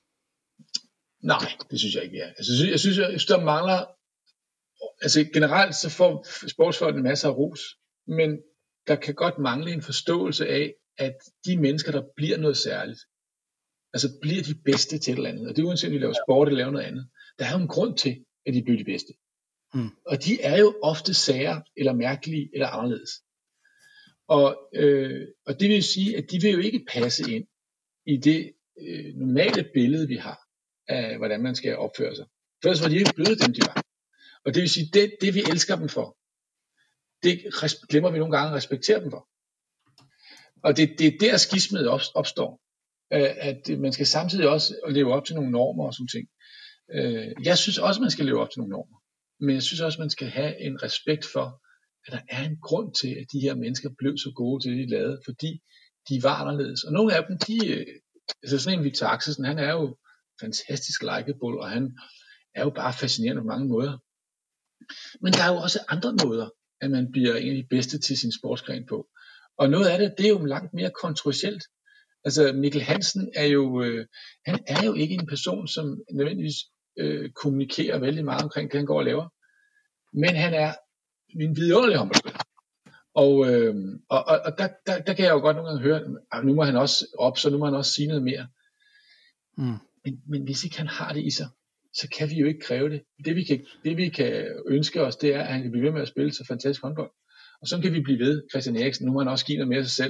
Nej, det synes jeg ikke, ja. Altså, jeg synes, jeg synes, jeg synes, der mangler, altså generelt så får sportsfolk en masse af ros, men der kan godt mangle en forståelse af, at de mennesker, der bliver noget særligt, altså bliver de bedste til et eller andet, og det er uanset om de laver sport eller laver noget andet, der er jo en grund til, at de bliver de bedste. Mm. Og de er jo ofte sære, eller mærkelige, eller anderledes. Og, øh, og det vil sige, at de vil jo ikke passe ind i det øh, normale billede, vi har af, hvordan man skal opføre sig. For ellers var de ikke blevet dem, de var. Og det vil sige, det, det vi elsker dem for, det glemmer vi nogle gange at respektere dem for. Og det, det er der skismet opstår. At man skal samtidig også leve op til nogle normer og sådan ting. Jeg synes også, man skal leve op til nogle normer. Men jeg synes også, man skal have en respekt for, at der er en grund til, at de her mennesker blev så gode til det, de lavede, fordi de var anderledes. Og nogle af dem, de, altså sådan en Victor Axelsen, han er jo fantastisk likeable, og han er jo bare fascinerende på mange måder. Men der er jo også andre måder, at man bliver en af de bedste til sin sportsgren på. Og noget af det, det er jo langt mere kontroversielt. Altså Mikkel Hansen er jo, øh, han er jo ikke en person, som nødvendigvis øh, kommunikerer vældig meget omkring det, han går og laver. Men han er en vidunderlig håndboldspiller. Og, øh, og, og, og der, der, der kan jeg jo godt nogle gange høre, at nu må han også op, så nu må han også sige noget mere. Mm. Men, men hvis ikke han har det i sig, så kan vi jo ikke kræve det. Det vi kan, det, vi kan ønske os, det er, at han kan blive ved med at spille så fantastisk håndbold. Og så kan vi blive ved. Christian Eriksen, nu må han også give noget mere af sig selv.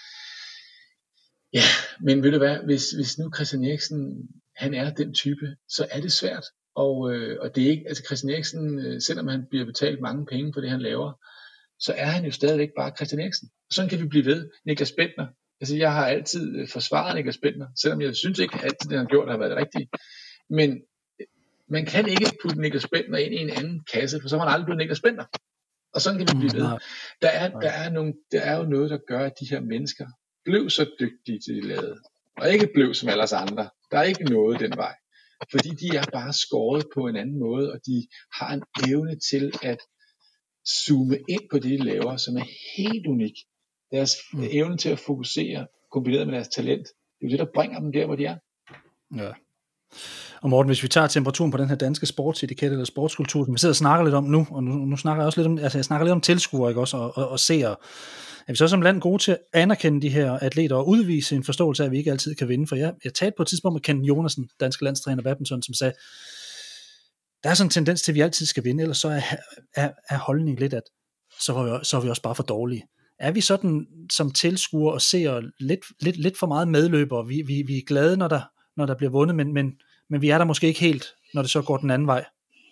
Ja, men ved du hvad, hvis, hvis nu Christian Eriksen, han er den type, så er det svært. Og, øh, og det er ikke, altså Christian Eriksen, øh, selvom han bliver betalt mange penge for det, han laver, så er han jo stadigvæk bare Christian Eriksen. Og sådan kan vi blive ved. Niklas Bentner, altså jeg har altid forsvaret Niklas Bentner, selvom jeg synes ikke, at alt det, han har gjort, har været rigtigt. Men man kan ikke putte Niklas Bentner ind i en anden kasse, for så har man aldrig blevet Niklas Bentner. Og sådan kan vi blive ved. Der er, der, er nogle, der er jo noget, der gør, at de her mennesker blev så dygtige til det lavede. Og ikke blev som alle os andre. Der er ikke noget den vej. Fordi de er bare skåret på en anden måde, og de har en evne til at zoome ind på det, de laver, som er helt unik. Deres mm. evne til at fokusere, kombineret med deres talent, Det er det, der bringer dem der, hvor de er. Ja. Og Morten, hvis vi tager temperaturen på den her danske sportsetikette eller sportskultur, som vi sidder og snakker lidt om nu, og nu, nu snakker jeg også lidt om, altså jeg snakker lidt om tilskuere, ikke også, og, og, og seere. Er vi så som land gode til at anerkende de her atleter og udvise en forståelse af, at vi ikke altid kan vinde? For jeg, jeg talte på et tidspunkt med Ken Jonasen, danske landstræner badminton, som sagde, der er sådan en tendens til, at vi altid skal vinde, ellers så er, er, er holdningen lidt, at så er, vi, så er vi også bare for dårlige. Er vi sådan som tilskuere og seere lidt, lidt, lidt for meget medløbere? Vi, vi, vi er glade, når der, når der bliver vundet, men, men, men vi er der måske ikke helt, når det så går den anden vej.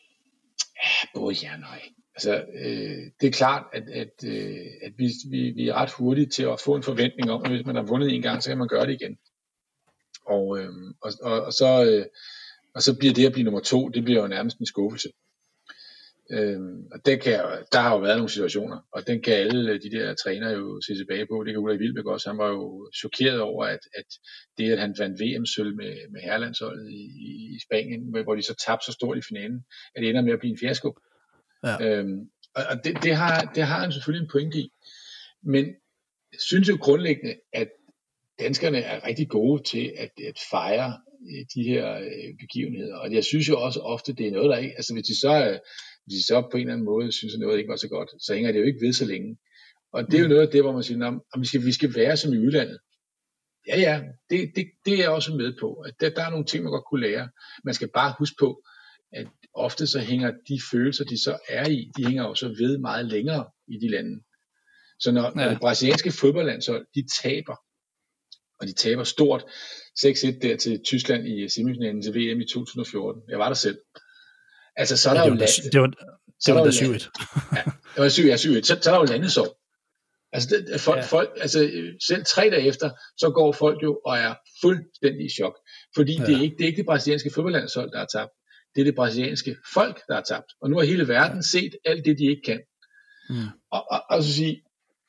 Ja, både ja og nej. Altså, øh, det er klart, at, at, øh, at vi, vi, vi er ret hurtige til at få en forventning om, at hvis man har vundet en gang, så kan man gøre det igen. Og, øh, og, og, og, så, øh, og så bliver det at blive nummer to, det bliver jo nærmest en skuffelse. Øhm, og det kan, der har jo været nogle situationer, og den kan alle de der trænere jo se tilbage på. Det kan Ulrik Wilbæk også. Han var jo chokeret over, at, at det, at han vandt V M-sølv med, med herrelandsholdet i, i Spanien, hvor de så tabte så stort i finalen, at det ender med at blive en fiasko. Ja. Øhm, og og det, det, har, det har han selvfølgelig en pointe i. Men jeg synes jo grundlæggende, at danskerne er rigtig gode til at, at fejre de her øh, begivenheder. Og jeg synes jo også ofte, det er noget, der ikke... Altså hvis de så, øh, hvis de så på en eller anden måde synes, at noget ikke var så godt, så hænger det jo ikke ved så længe. Og det er jo noget af det, hvor man siger, at vi skal, vi skal være som i udlandet. Ja, ja, det, det, det er jeg også med på. At der, der er nogle ting, man godt kunne lære. Man skal bare huske på, at ofte så hænger de følelser, de så er i, de hænger jo så ved meget længere i de lande. Så når, ja. når det brasilianske fodboldlandshold, de taber, og de taber stort seks et der til Tyskland i semifinalen til V M i to tusind og fjorten. Jeg var der selv. Altså, så er der ja, jo landet. Det var, det var der syv et. Ja, det var syv et. Så, så er der jo landesorg. Altså, det, folk, ja. folk, altså, selv tre dage efter, så går folk jo og er fuldstændig i chok. Fordi ja. det, er ikke, det er ikke det brasilianske fodboldlandshold, der er tabt. Det er det brasilianske folk, der er tabt. Og nu har hele verden ja. set alt det, de ikke kan. Mm. Og, og, og så sige,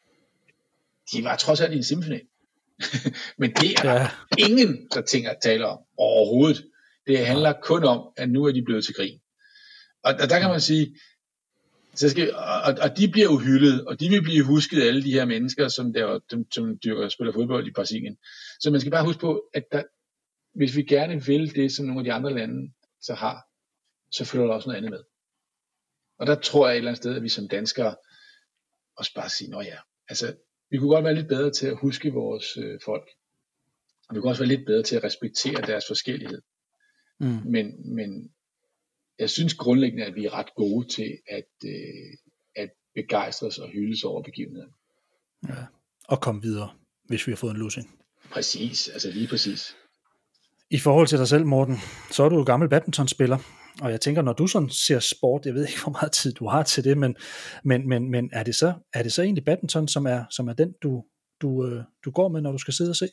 de var trods alt i en semifinal. Men det er ja. ingen, der tænker, taler om overhovedet. Det handler ja. kun om, at nu er de blevet til grin. Og, og der kan man sige, så skal, og, og de bliver jo hyldet, og de vil blive husket alle de her mennesker, som, der, dem, som dyrker spiller fodbold i Brasilien. Så man skal bare huske på, at der, hvis vi gerne vil det, som nogle af de andre lande så har, så følger der også noget andet med. Og der tror jeg et eller andet sted, at vi som danskere også bare siger, nå ja, altså vi kunne godt være lidt bedre til at huske vores øh, folk. Og vi kunne også være lidt bedre til at respektere deres forskellighed. Mm. Men, men jeg synes grundlæggende, at vi er ret gode til at, øh, at begejstres og hyldes over begivenheden. Ja. Og komme videre, hvis vi har fået en lussing. Præcis, altså lige præcis. I forhold til dig selv, Morten, så er du jo gammel badmintonspiller, og jeg tænker, når du sådan ser sport, jeg ved ikke, hvor meget tid du har til det, men, men, men, men er, det så, er det så egentlig badminton, som er, som er den, du, du, øh, du går med, når du skal sidde og se?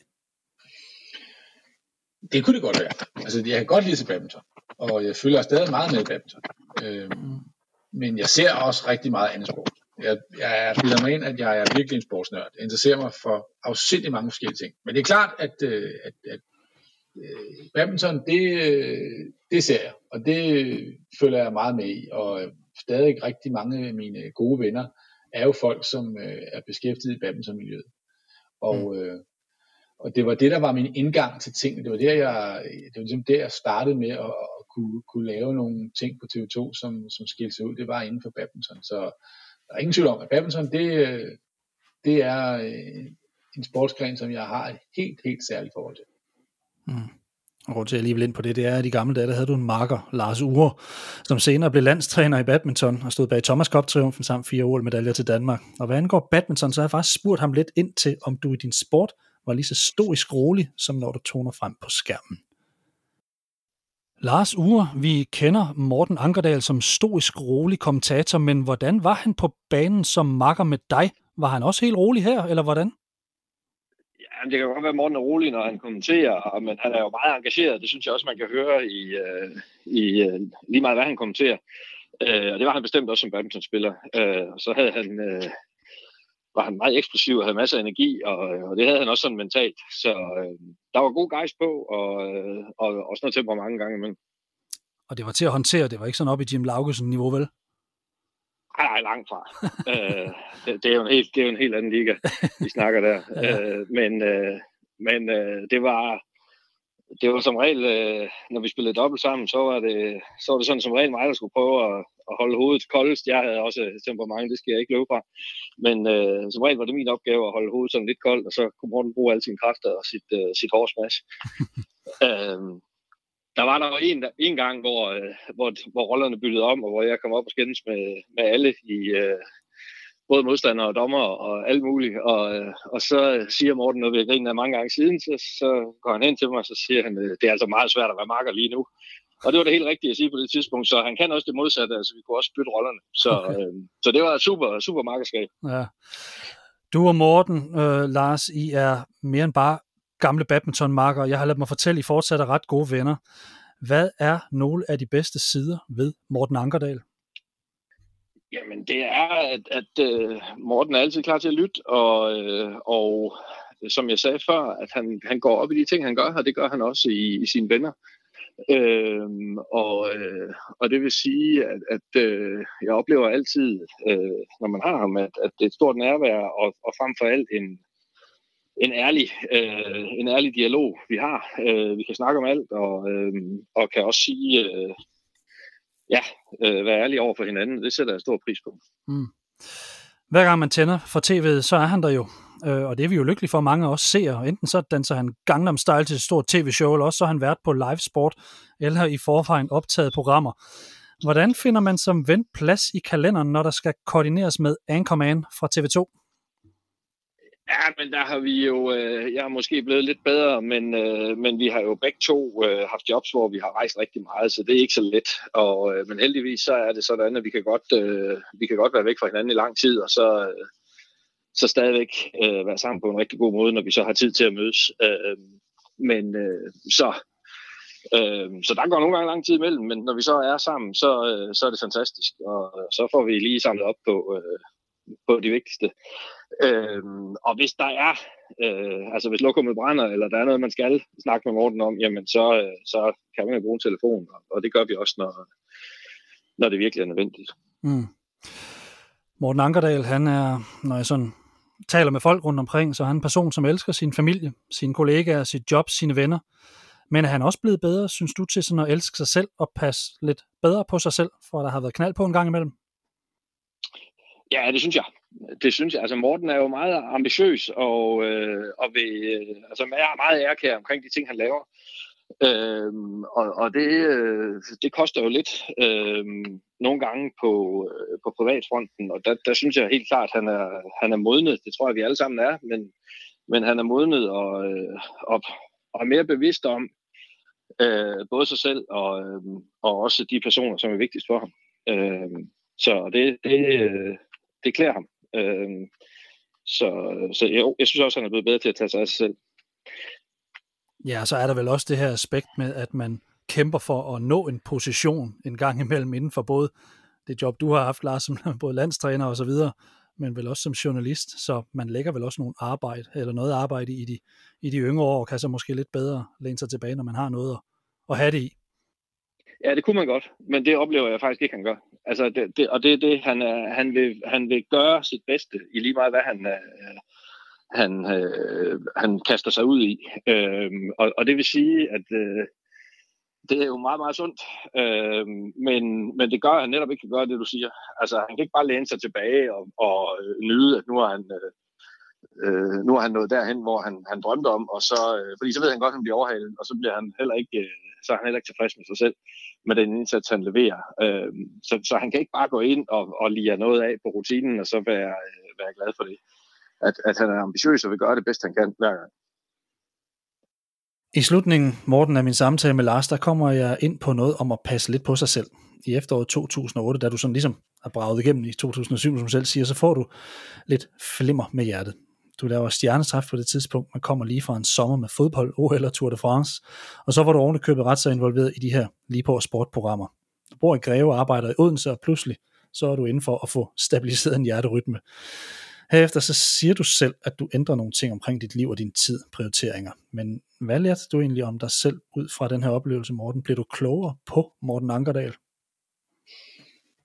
Det kunne det godt være. Altså, jeg kan godt lide til badminton, og jeg følger stadig meget med i badminton. Øhm, men jeg ser også rigtig meget andet sport. Jeg, jeg bilder mig ind, at jeg er virkelig en sportsnørd. Jeg interesserer mig for afsindig mange forskellige ting. Men det er klart, at, at, at badminton, det, det ser jeg, og det følger jeg meget med i, og stadig rigtig mange af mine gode venner er jo folk, som er beskæftiget i badmintonmiljøet. Og, mm. øh, og det var det, der var min indgang til tingene. Det var der, jeg, det var ligesom der, jeg startede med at, at kunne, kunne lave nogle ting på T V to, som, som skilte sig ud. Det var inden for badminton. Så der er ingen tvivl om, at badminton, det, det er en sportsgren, som jeg har et helt, helt særligt forhold til. Mm. Og grund til at alligevel ind på det, det er, at i gamle dage, der havde du en marker, Lars Ure, som senere blev landstræner i badminton og stod bag Thomas Cup-triumfen samt fire O L-medaljer til Danmark. Og hvad angår badminton, så har jeg faktisk spurgt ham lidt ind til, om du i din sport var lige så stoisk rolig, som når du toner frem på skærmen. Lars Ure, vi kender Morten Ankerdal som stoisk rolig kommentator, men hvordan var han på banen som makker med dig? Var han også helt rolig her, eller hvordan? Jamen, det kan godt være, at Morten er rolig, når han kommenterer, men han er jo meget engageret. Det synes jeg også, man kan høre i, øh, i øh, lige meget, hvad han kommenterer. Øh, og det var han bestemt også som badmintonspiller. Øh, og så havde han, øh, var han meget eksplosiv og havde masser af energi, og, og det havde han også sådan mentalt. Så øh, der var god gejst på, og, øh, og også noget tempo mange gange imellem. Og det var til at håndtere, det var ikke sådan op i Jim Laugesen-niveau, vel? Nej, nej, langt fra. øh, det, det, er jo en helt, det er jo en helt anden liga, vi snakker der. Ja. Øh, men, øh, Men øh, det var det var som regel, øh, når vi spillede dobbelt sammen, så var det så var det sådan som regel mig, der skulle prøve at, at holde hovedet koldest. Jeg havde også temperament, det skal jeg ikke løbe fra. Men øh, som regel var det min opgave at holde hovedet sådan lidt koldt, og så kunne Morten bruge alle sine kræfter og sit, øh, sit hårsmash. øh, der var der jo en, en gang, hvor, øh, hvor, hvor rollerne byttede om, og hvor jeg kom op og skændes med, med alle i... Øh, både modstandere og dommer og alt muligt. Og, og så siger Morten noget, vi har grinet af mange gange siden, så, så går han hen til mig, og så siger han, det er altså meget svært at være makker lige nu. Og det var det helt rigtige at sige på det tidspunkt, så han kan også det modsatte, altså vi kunne også bytte rollerne. Så, okay. øh, så det var et super, super makkerskab. Ja. Du og Morten, øh, Lars, I er mere end bare gamle badmintonmarker. Jeg har ladet mig fortælle, I fortsat er ret gode venner. Hvad er nogle af de bedste sider ved Morten Ankerdal? Jamen, det er, at, at uh, Morten er altid klar til at lytte, og, uh, og som jeg sagde før, at han, han går op i de ting, han gør, og det gør han også i, i sine venner. Uh, og, uh, og det vil sige, at, at uh, jeg oplever altid, uh, når man har ham, at, at det er et stort nærvær, og, og frem for alt en, en, ærlig, uh, en ærlig dialog, vi har. Uh, vi kan snakke om alt, og, uh, og kan også sige... Uh, Ja, øh, være ærlig over for hinanden, det sætter jeg stor pris på. Mm. Hver gang man tænder for tv'et, så er han der jo, øh, og det er vi jo lykkelige for, mange af os ser. Enten så danser han Gangnam Style til et stort tv-show, eller også så har han været på live sport, eller i forvejen optaget programmer. Hvordan finder man som ven plads i kalenderen, når der skal koordineres med Anchorman fra T V to? Ja, men der har vi jo, øh, jeg er måske blevet lidt bedre, men, øh, men vi har jo begge to øh, haft jobs, hvor vi har rejst rigtig meget, så det er ikke så let. Og, øh, men heldigvis så er det sådan, at vi kan godt, øh, vi kan godt være væk fra hinanden i lang tid, og så, øh, så stadigvæk øh, være sammen på en rigtig god måde, når vi så har tid til at mødes. Øh, men øh, så, øh, så der går nogle gange lang tid imellem, men når vi så er sammen, så, øh, så er det fantastisk, og så får vi lige samlet op på... Øh, på de vigtigste. Øhm, og hvis der er, øh, altså hvis lokummet brænder, eller der er noget, man skal snakke med Morten om, jamen så, øh, så kan man jo bruge en telefon, og, og det gør vi også, når, når det virkelig er nødvendigt. Mm. Morten Ankerdal, han er, når jeg sådan taler med folk rundt omkring, så er han en person, som elsker sin familie, sine kollegaer, sit job, sine venner. Men er han også blevet bedre, synes du, til sådan at elske sig selv og passe lidt bedre på sig selv, for der har været knald på en gang imellem? Ja, det synes jeg. Det synes jeg. Altså Morten er jo meget ambitiøs og, øh, og vil, øh, altså er meget ærkær omkring de ting, han laver. Øhm, og og det, øh, det koster jo lidt øh, nogle gange på, øh, på privatfronten, og der, der synes jeg helt klart, at han er, han er modnet. Det tror jeg, vi alle sammen er, men, men han er modnet og, øh, og, og er mere bevidst om øh, både sig selv og, øh, og også de personer, som er vigtigst for ham. Øh, så det, det, øh, det klæder ham. Øh, så så jeg, jeg synes også, han er blevet bedre til at tage sig af sig selv. Ja, så er der vel også det her aspekt med, at man kæmper for at nå en position en gang imellem inden for både det job, du har haft, Lars, som både landstræner og så videre, men vel også som journalist, så man lægger vel også nogle arbejde, eller noget arbejde i de, i de yngre år, og kan så måske lidt bedre læne sig tilbage, når man har noget at, at have det i. Ja, det kunne man godt, men det oplever jeg faktisk ikke, han gør. Altså, det, det, og det er det, han, er, han, vil, han vil gøre sit bedste i lige meget, hvad han, øh, han, øh, han kaster sig ud i. Øh, og, og det vil sige, at øh, det er jo meget, meget sundt, øh, men, men det gør, at han netop ikke kan gøre det, du siger. Altså, han kan ikke bare læne sig tilbage og, og øh, nyde, at nu er han... Øh, Øh, nu er han nået derhen, hvor han, han drømte om, og så, øh, fordi så ved han godt, at han bliver overhalet, og så bliver han heller ikke, øh, så er han heller ikke tilfreds med sig selv, med den indsats, han leverer. Øh, så, så han kan ikke bare gå ind og, og lide noget af på rutinen, og så være, øh, være glad for det. At, at han er ambitiøs og vil gøre det bedst, han kan hver gang. I slutningen, Morten, af min samtale med Lars, der kommer jeg ind på noget om at passe lidt på sig selv. I efteråret to tusind og otte, da du sådan ligesom har braget igennem i to tusind og syv, som du selv siger, så får du lidt flimmer med hjertet. Du laver stjernetræf på det tidspunkt, man kommer lige fra en sommer med fodbold, O L og Tour de France, og så var du oven i købet ret så involveret i de her lige på sportprogrammer. Du bor i Greve og arbejder i Odense, og pludselig så er du inde for at få stabiliseret en hjerterytme. Herefter så siger du selv, at du ændrer nogle ting omkring dit liv og din tid, prioriteringer. Men hvad lærte du egentlig om dig selv ud fra den her oplevelse, Morten? Blev du klogere på Morten Ankerdal?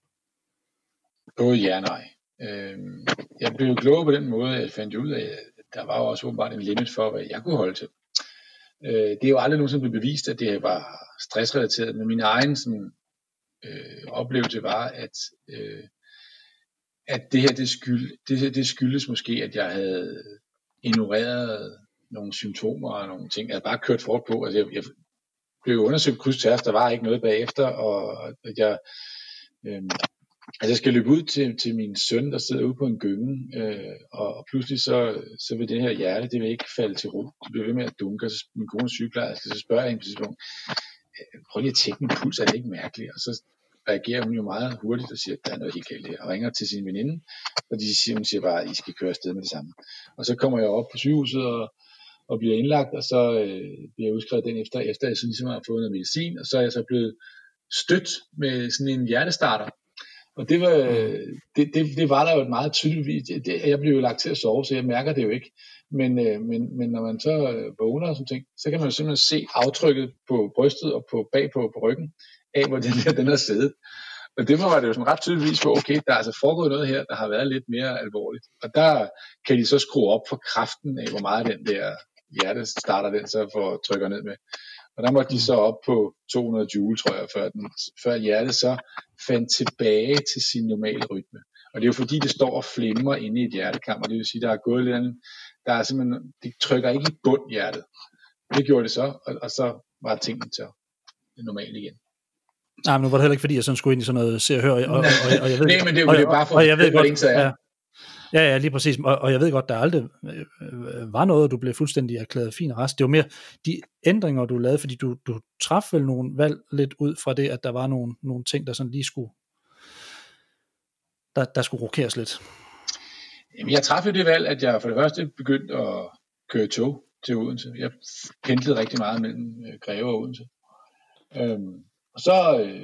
Både ja og nej. Jeg blev klogere på den måde, at jeg fandt ud af, at der var jo også åbenbart en limit for, hvad jeg kunne holde til. Øh, det er jo aldrig nogensinde blevet bevist, at det var stressrelateret, men min egen sådan, øh, oplevelse var, at, øh, at det her, det, skyld, det, her, det skyldes måske, at jeg havde ignoreret nogle symptomer og nogle ting. Jeg havde bare kørt fort på. Altså, jeg, jeg blev undersøgt kryds tværs, der var ikke noget bagefter, og at jeg, øh, altså jeg skal løbe ud til, til min søn, der sidder ude på en gynge, øh, og, og pludselig så, så vil det her hjerte, det vil ikke falde til ro. Det bliver ved med at dunke, og så min kone sygeplejerske, så spørger jeg hende på et tidspunkt, prøv lige at tjekke min puls, er det ikke mærkeligt? Og så reagerer hun jo meget hurtigt og siger, at der er noget helt galt her, og ringer til sin veninde, og de siger, hun siger bare, at I skal køre afsted med det samme. Og så kommer jeg op på sygehuset og, og bliver indlagt, og så øh, bliver jeg udskrevet den efter, efter jeg så ligesom har fået noget medicin, og så er jeg så blevet stødt med sådan en hjertestarter. Og det var, det, det, det var der jo et meget tydeligt, det, det, jeg blev jo lagt til at sove, så jeg mærker det jo ikke. Men, øh, men, men når man så øh, vågner og sådan ting, så kan man jo simpelthen se aftrykket på brystet og på bagpå på ryggen, af hvor den der den har siddet. Og det var det jo sådan ret tydeligvis for, okay, der er altså foregået noget her, der har været lidt mere alvorligt. Og der kan de så skrue op for kraften af, hvor meget den der hjertestarter den så får trykker ned med. Og der måtte de så op på to hundrede joule, tror jeg, før, den, før hjertet så fandt tilbage til sin normale rytme. Og det er jo fordi, det står og flimmer inde i et hjertekammer. Det vil sige, der er gået lidt andet. Der er simpelthen, det trykker ikke i bund hjertet. Det gjorde det så, og, og så var tingene så normalt igen. Nej, men nu var det heller ikke fordi, jeg sådan skulle ind i sådan noget se og høre. Og, og, og, og jeg ved, Nej, men det er jo bare for, og jeg ved godt, godt, ja, ja, ja, lige præcis. Og, og jeg ved godt, der aldrig øh, var noget, du blev fuldstændig erklæret fin og rest. Det var mere de ændringer, du lavede, fordi du, du traf vel nogle valg lidt ud fra det, at der var nogle, nogle ting, der sådan lige skulle, der, der skulle rokeres lidt. Jamen, jeg traf jo det valg, at jeg for det første begyndte at køre tog til Odense. Jeg pendlede rigtig meget mellem øh, Greve og Odense. Øhm, og så øh,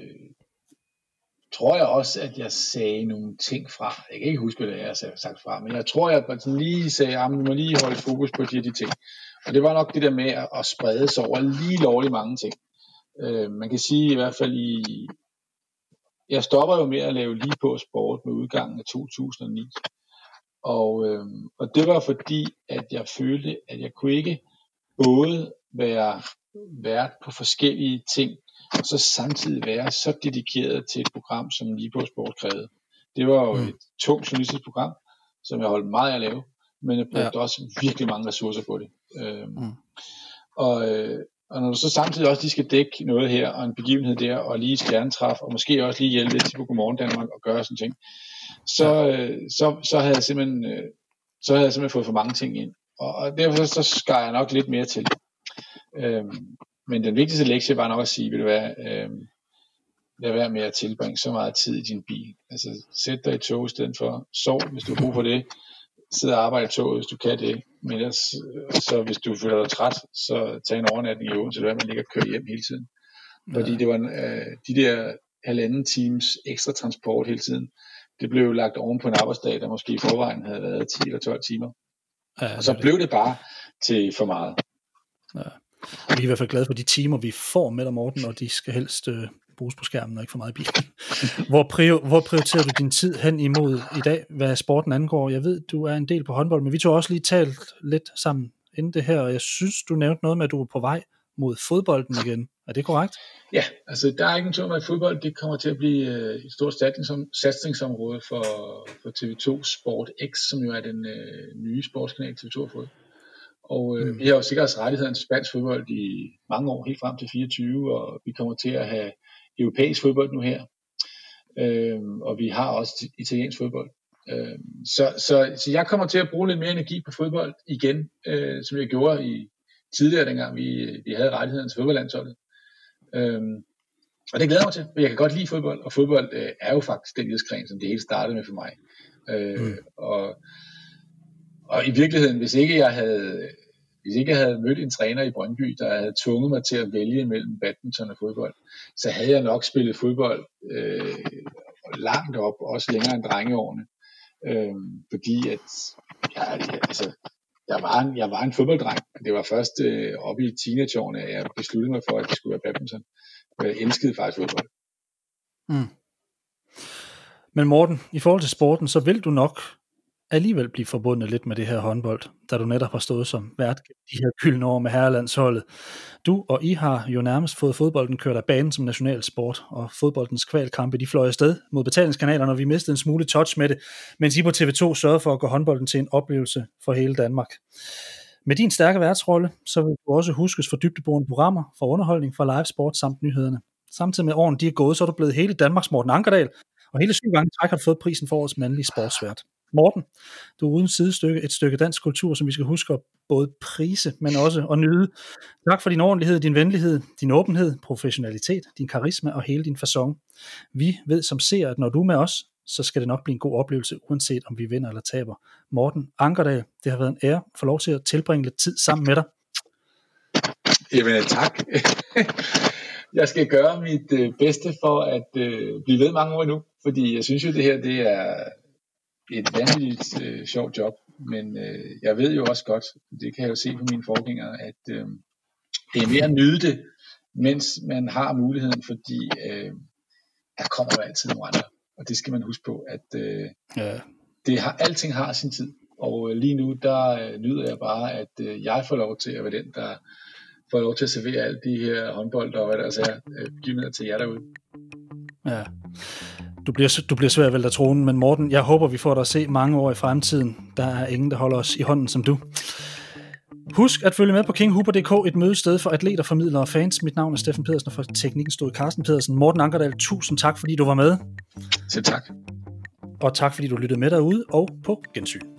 tror jeg også, at jeg sagde nogle ting fra. Jeg kan ikke huske, hvad det er, jeg har sagt fra, men jeg tror, at jeg lige sagde, at man må lige holde fokus på de her de ting. Og det var nok det der med at, at sprede sig over lige lovligt mange ting. Øh, man kan sige i hvert fald i... Jeg stopper jo med at lave lige på sport med udgangen af to tusind og ni. Og, øh, og det var fordi, at jeg følte, at jeg kunne ikke både være vært på forskellige ting, og så samtidig være så dedikeret til et program, som Lige på Sport krævede. Det var jo mm. et tungt journalistisk program, som jeg holdt meget at lave, men jeg brugte ja. også virkelig mange ressourcer på det. Øhm, mm. og, øh, og når du så samtidig også lige skal dække noget her, og en begivenhed der, og lige stjernetræf, og måske også lige hjælpe lidt til på Godmorgen Danmark, og gøre sådan ting, så, øh, så, så havde jeg simpelthen øh, så havde jeg simpelthen fået for mange ting ind. Og, og derfor så skar jeg nok lidt mere til. Øhm, Men den vigtigste lektie var nok at sige, vil du være, øh, lad være med at tilbringe så meget tid i din bil. Altså sæt dig i tog i stedet for, sov, hvis du har brug for det. Sid og arbejde i toget, hvis du kan det. Men ellers, så hvis du føler dig træt, så tag en overnatning i Odense, så lad være med at ligge og køre hjem hele tiden. Fordi det var øh, de der halvanden times ekstra transport hele tiden. Det blev lagt oven på en arbejdsdag, der måske i forvejen havde været ti eller tolv timer. Ja, og så det blev det bare til for meget. Ja. Vi er i hvert fald glade for de timer, vi får med dig, Morten, og de skal helst øh, bruges på skærmen og ikke for meget i bilen. Hvor, prior, hvor prioriterer du din tid hen imod i dag, hvad sporten angår? Jeg ved, du er en del på håndbold, men vi tog også lige talt lidt sammen inden det her, og jeg synes, du nævnte noget med, at du er på vej mod fodbolden igen. Er det korrekt? Ja, altså der er ikke en tvivl om, at fodbold det kommer til at blive øh, et stort satsningsområde for, for T V to Sport X, som jo er den øh, nye sportskanal T V to har fået. Og øh, mm. vi har jo sikkert rettigheden til spansk fodbold i mange år, helt frem til fireogtyve, og vi kommer til at have europæisk fodbold nu her. Øhm, og vi har også italiensk fodbold. Øhm, så, så, så jeg kommer til at bruge lidt mere energi på fodbold igen, øh, som jeg gjorde i tidligere, dengang vi, vi havde rettigheden til fodboldlandsholdet. Øhm, og det glæder mig til, for jeg kan godt lide fodbold, og fodbold øh, er jo faktisk den idrætsgren, som det hele startede med for mig. Øh, mm. og, og i virkeligheden, hvis ikke jeg havde... Hvis ikke jeg havde mødt en træner i Brøndby, der havde tvunget mig til at vælge mellem badminton og fodbold, så havde jeg nok spillet fodbold øh, langt op, også længere end drengeårene. Øh, fordi at jeg, altså, jeg, var en, jeg var en fodbolddreng. Det var først øh, oppe i teenageårene, at jeg besluttede mig for, at det skulle være badminton. Jeg elskede faktisk fodbold. Mm. Men Morten, i forhold til sporten, så vil du nok alligevel blive forbundet lidt med det her håndbold, da du netop har stået som vært de her gyldne år med herrelandsholdet. Du og I har jo nærmest fået fodbolden kørt af banen som nationalsport, og fodboldens kvalkampe, de fløj afsted mod betalingskanalerne, og vi mistede en smule touch med det, mens I på T V to sørgede for at gøre håndbolden til en oplevelse for hele Danmark. Med din stærke værtsrolle, så vil du også huskes for dybdeborende programmer, for underholdning, for live sport samt nyhederne. Samtidig med årene, de er gået, så er du blevet hele Danmarks Morten Ankerdal, og hele syv gange træk har du fået prisen for årets mandlige sportsvært. Morten, du er uden sidestykke et stykke dansk kultur, som vi skal huske at både prise, men også at nyde. Tak for din ordentlighed, din venlighed, din åbenhed, professionalitet, din karisma og hele din facon. Vi ved som ser, at når du er med os, så skal det nok blive en god oplevelse, uanset om vi vinder eller taber. Morten Ankerdal, det har været en ære at få lov til at tilbringe lidt tid sammen med dig. Jamen tak. Jeg skal gøre mit øh, bedste for at øh, blive ved mange år endnu, fordi jeg synes jo, det her det er et vanvittigt øh, sjovt job, men øh, jeg ved jo også godt, det kan jeg jo se på mine forgængere, at øh, det er mere at nyde det, mens man har muligheden, fordi øh, der kommer jo altid nogle andre, og det skal man huske på, at øh, ja. det har, alting har sin tid, og øh, lige nu, der øh, nyder jeg bare, at øh, jeg får lov til at være den, der får lov til at servere alle de her håndbold og hvad der så er øh, begivenheder til jer derude. Ja. Du bliver, du bliver svær at vælte af tronen, men Morten, jeg håber, vi får dig at se mange år i fremtiden. Der er ingen, der holder os i hånden som du. Husk at følge med på king huber punktum d k, et mødested for atleter, formidlere og fans. Mit navn er Steffen Pedersen, og for teknikken stod Carsten Pedersen. Morten Ankerdal, tusind tak, fordi du var med. Selv tak. Og tak, fordi du lyttede med derude, og på gensyn.